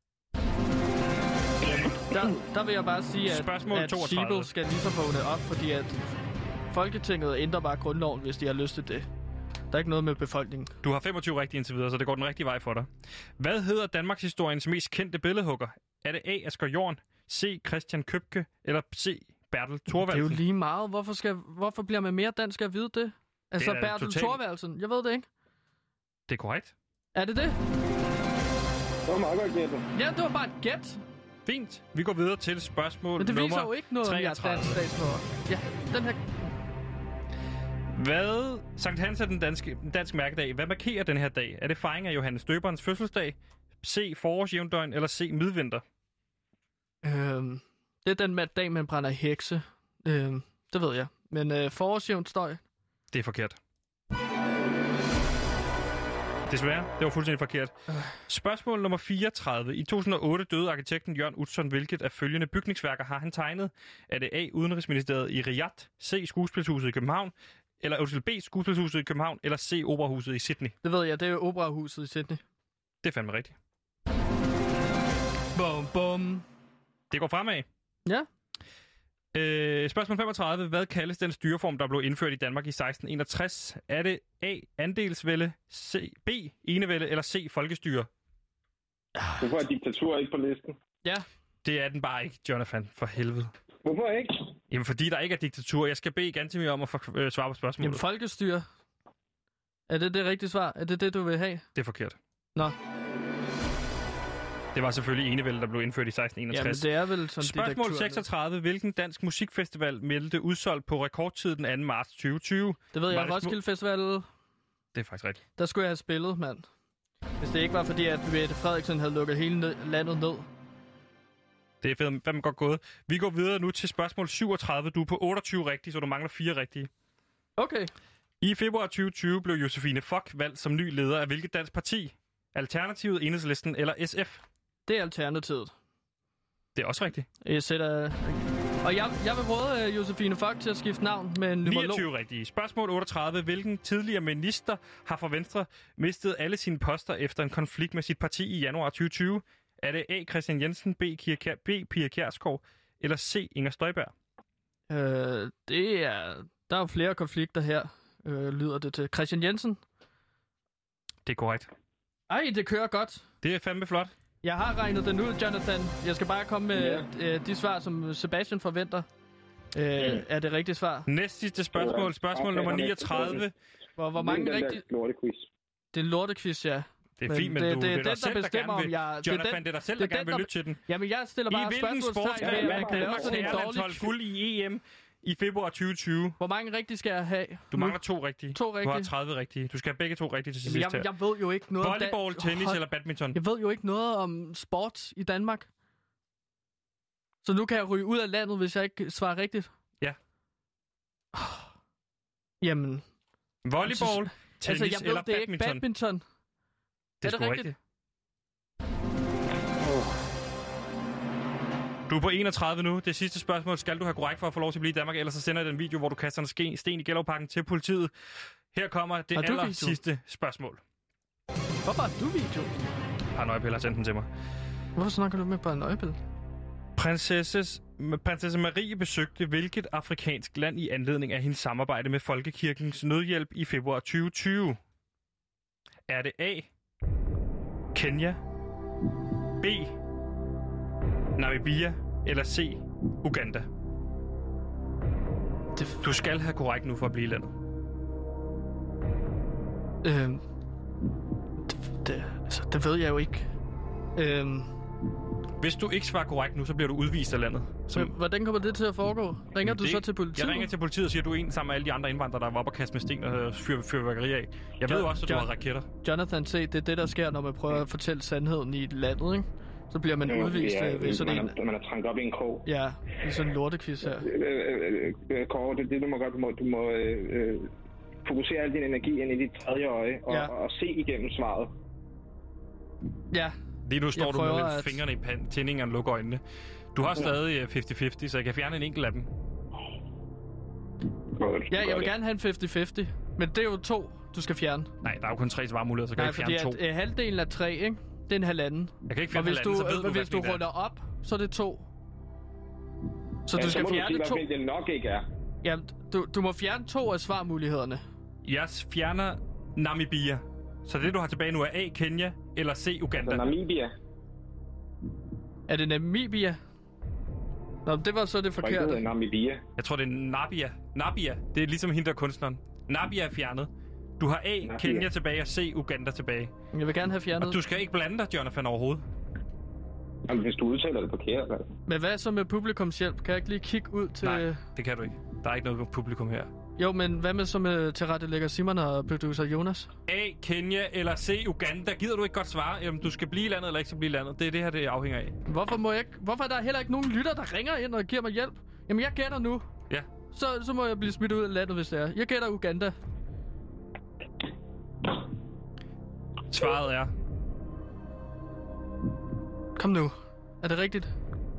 Der vil jeg bare sige, at Schiebel skal ligesom vågne op, fordi at Folketinget ændrer bare grundloven, hvis de har lyst til det. Der er ikke noget med befolkningen. Du har 25 rigtige indtil videre, så det går den rigtige vej for dig. Hvad hedder Danmarks historiens mest kendte billedhugger? Er det A. Asger Jorn, C. Christian Købke eller C. Bertel Thorvaldsen? Det er jo lige meget. Hvorfor bliver man mere dansk at vide det? Altså Bertel Thorvaldsen, jeg ved det ikke. Det er korrekt. Er det det? Det var meget godt gættet. Ja, det var bare et gæt. Fint. Vi går videre til spørgsmål nummer 33. Men det viser jo ikke noget, om jeg er dansk statsborger. Ja, den her... Hvad? Sankt Hans er den dansk mærkedag. Hvad markerer den her dag? Er det fejring af Johannes Døberens fødselsdag? C. Forårsjævndøgn eller C. Midvinter? Det er den dag, man brænder hekse. Det ved jeg. Men forårsjævndøgn? Det er forkert. Desværre, det var fuldstændig forkert. Spørgsmål nummer 34. I 2008 døde arkitekten Jørgen Utzon. Hvilket af følgende bygningsværker har han tegnet? Er det A. Udenrigsministeriet i Riyadh, C. Skuespilshuset i København, eller B. Skuespilshuset i København, eller C. Operahuset i Sydney? Det ved jeg, det er jo Operahuset i Sydney. Det er fandme rigtigt. Bum, bum. Det går fremad. Ja. Spørgsmål 35. Hvad kaldes den styreform, der blev indført i Danmark i 1661? Er det A. Andelsvælde, B. Enevælde eller C. Folkestyre? Hvorfor er diktatur ikke på listen? Ja. Det er den bare ikke, Jonathan. For helvede. Hvorfor ikke? Jamen, fordi der ikke er diktatur. Jeg skal bede Gantemir om at svare på spørgsmålet. Jamen, folkestyre. Er det rigtige svar? Er det du vil have? Det er forkert. Nå. Det var selvfølgelig enevælde, der blev indført i 1661. Jamen, det er vel sådan spørgsmål 36. Hvilken dansk musikfestival meldte udsolgt på rekordtid den 2. marts 2020? Det ved jeg. Roskilde Festival. Det er faktisk rigtigt. Der skulle jeg have spillet, mand. Hvis det ikke var fordi, at Mette Frederiksen havde lukket hele landet ned. Det er fandme godt gået. Vi går videre nu til spørgsmål 37. Du er på 28 rigtige, så du mangler 4 rigtige. Okay. I februar 2020 blev Josefine Fock valgt som ny leder af hvilket dansk parti? Alternativet, Enhedslisten eller SF? Det er Alternativet. Det er også rigtigt. Jeg sætter... Og jeg vil råde Josefine Fock til at skifte navn med nummer 29 rigtige. Spørgsmål 38. Hvilken tidligere minister har for Venstre mistet alle sine poster efter en konflikt med sit parti i januar 2020? Er det A. Christian Jensen, B. Pia Kjærsgaard eller C. Inger Støjberg? Der er jo flere konflikter her, lyder det til. Christian Jensen? Det er korrekt. Ej, det kører godt. Det er fandme flot. Jeg har regnet den ud, Jonathan. Jeg skal bare komme med de svar, som Sebastian forventer. Er det rigtige svar? Næste spørgsmål. Spørgsmål nummer 39. Hvor mange rigtige... Lortequiz. Det er en lortequiz, ja. Det er fint, men det er den, der bestemmer, om jeg... Jonathan, det er dig selv, der gerne vil lytte til den. Jamen, jeg stiller bare spørgsmålstegn ved, at man kan lave sådan en dårlig... Guld i EM i februar 2020. Hvor mange rigtige skal jeg have? Du mangler 2 rigtige. 2 rigtige. Du har 30 rigtige. Du skal have begge 2 rigtige til sidst her. Jeg ved jo ikke noget volleyball, tennis eller badminton? Jeg ved jo ikke noget om sport i Danmark. Så nu kan jeg ryge ud af landet, hvis jeg ikke svarer rigtigt? Ja. Jamen... Volleyball, tennis jeg ved, eller det er badminton? Ikke badminton. Det er rigtigt. Du er på 31 nu. Det sidste spørgsmål skal du have korrekt for at få lov til at blive i Danmark, ellers så sender jeg den video, hvor du kaster en sten i Gellerparken til politiet. Her kommer det aller sidste spørgsmål. Hvorfor har du video? Parnøjpille har sendt den til mig. Hvorfor snakker du med Parnøjpille? Prinsesse Marie besøgte hvilket afrikansk land i anledning af hendes samarbejde med Folkekirkens Nødhjælp i februar 2020? Er det A. Kenya, B. Namibia eller C. Uganda? Du skal have korrekt nu for at blive i landet. Det ved jeg jo ikke. Hvis du ikke svarer korrekt nu, så bliver du udvist af landet. Hvordan kommer det til at foregå? Ringer du så til politiet? Jeg ringer til politiet og siger, at du er en sammen med alle de andre indvandrere, der var oppe og kaste med sten og fyrværkeri af. Jeg ved også, at du har raketter. Jonathan, se, det er det, der sker, når man prøver at fortælle sandheden i landet, ikke? Så bliver man udvist ved sådan en... Man er trængt op i en krog. Ja, i sådan en lortequiz her. Kåre, det du må gøre, du må fokusere al din energi ind i dit tredje øje og se igennem svaret. Ja. Lige nu står du med lidt fingrene i tændingen og lukker øjnene. Du har stadig 50-50, så jeg kan fjerne en enkelt af dem. Ja, jeg vil gerne have en 50-50. Men det er jo 2, du skal fjerne. Nej, der er jo kun 3 svarmuligheder, så kan jeg fjerne 2. Nej, halvdelen af 3, ikke? Det er en halvanden. Jeg kan ikke fjerne halvanden, så ved du, hvis du runder op, så er det 2. Så du skal fjerne 2. Det nok ikke er. Ja, du må fjerne 2 af svarmulighederne. Jeg fjerner Namibia. Så det, du har tilbage nu, er A. Kenya eller C. Uganda. Namibia. Er det Namibia? Nå, det var så det forkerte. Det er Namibia. Jeg tror, det er Nabia. Nabia, det er ligesom hende, der er kunstneren. Nabia er fjernet. Du har A. Nabia. Kenya tilbage og C. Uganda tilbage. Jeg vil gerne have fjernet. Og du skal ikke blande dig, Jonathan, overhovedet. Jamen, hvis du udtaler det forkert, altså. Men hvad så med publikumshjælp? Kan jeg ikke lige kigge ud til... Nej, det kan du ikke. Der er ikke noget publikum her. Jo, men hvad med så med tilrettelægger Simon og producer Jonas? A. Kenya eller C. Uganda. Gider du ikke godt svare? Jamen, du skal blive i landet eller ikke skal blive i landet. Det er det her, det afhænger af. Hvorfor er der heller ikke nogen lytter, der ringer ind og giver mig hjælp? Jamen, jeg gætter nu. Ja. Så må jeg blive smidt ud af landet, hvis det er. Jeg gætter Uganda. Svaret er... Kom nu. Er det rigtigt?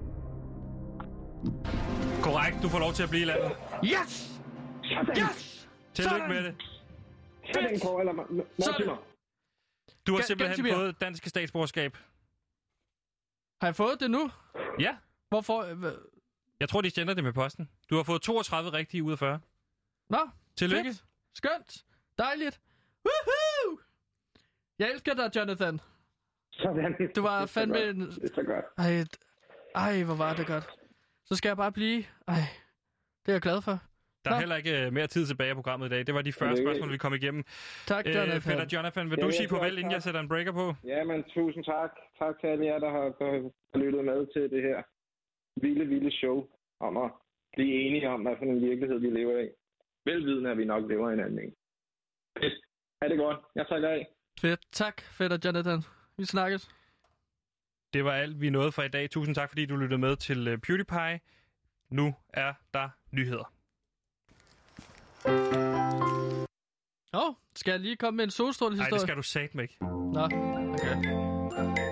Korrekt. Du får lov til at blive i landet. Yes! Yes! Tillykke med det. Sådan, Kåre, eller Mortimer. Du har simpelthen fået dansk statsborgerskab. Har jeg fået det nu? Ja. Hvorfor? Jeg tror, de sender det med posten. Du har fået 32 rigtige ud af 40. Nå, tillykke. Fedt. Skønt. Dejligt. Woohoo! Jeg elsker dig, Jonathan. Sådan. Du var fandme... Det er så godt. Ej, hvor var det godt. Så skal jeg bare blive... Ej, det er jeg glad for. Der er heller ikke mere tid tilbage i programmet i dag. Det var de 40 spørgsmål, vi kom igennem. Tak, Jonathan. Fætter Jonathan, vil du sige farvel, inden jeg sætter en breaker på? Ja, men tusind tak. Tak til alle jer, der har lyttet med til det her vilde show om at blive enige om, hvad for en virkelighed vi lever i. Velvidende, at vi nok lever i en anden. Fedt. Ha' det godt. Jeg takker af. Fedt. Tak, fætter Jonathan. Vi snakkes. Det var alt, vi nåede for i dag. Tusind tak, fordi du lyttede med til PewDiePie. Nu er der nyheder. Skal jeg lige komme med en solstrålehistorie? Nej, det skal du satme ikke. Nå, okay.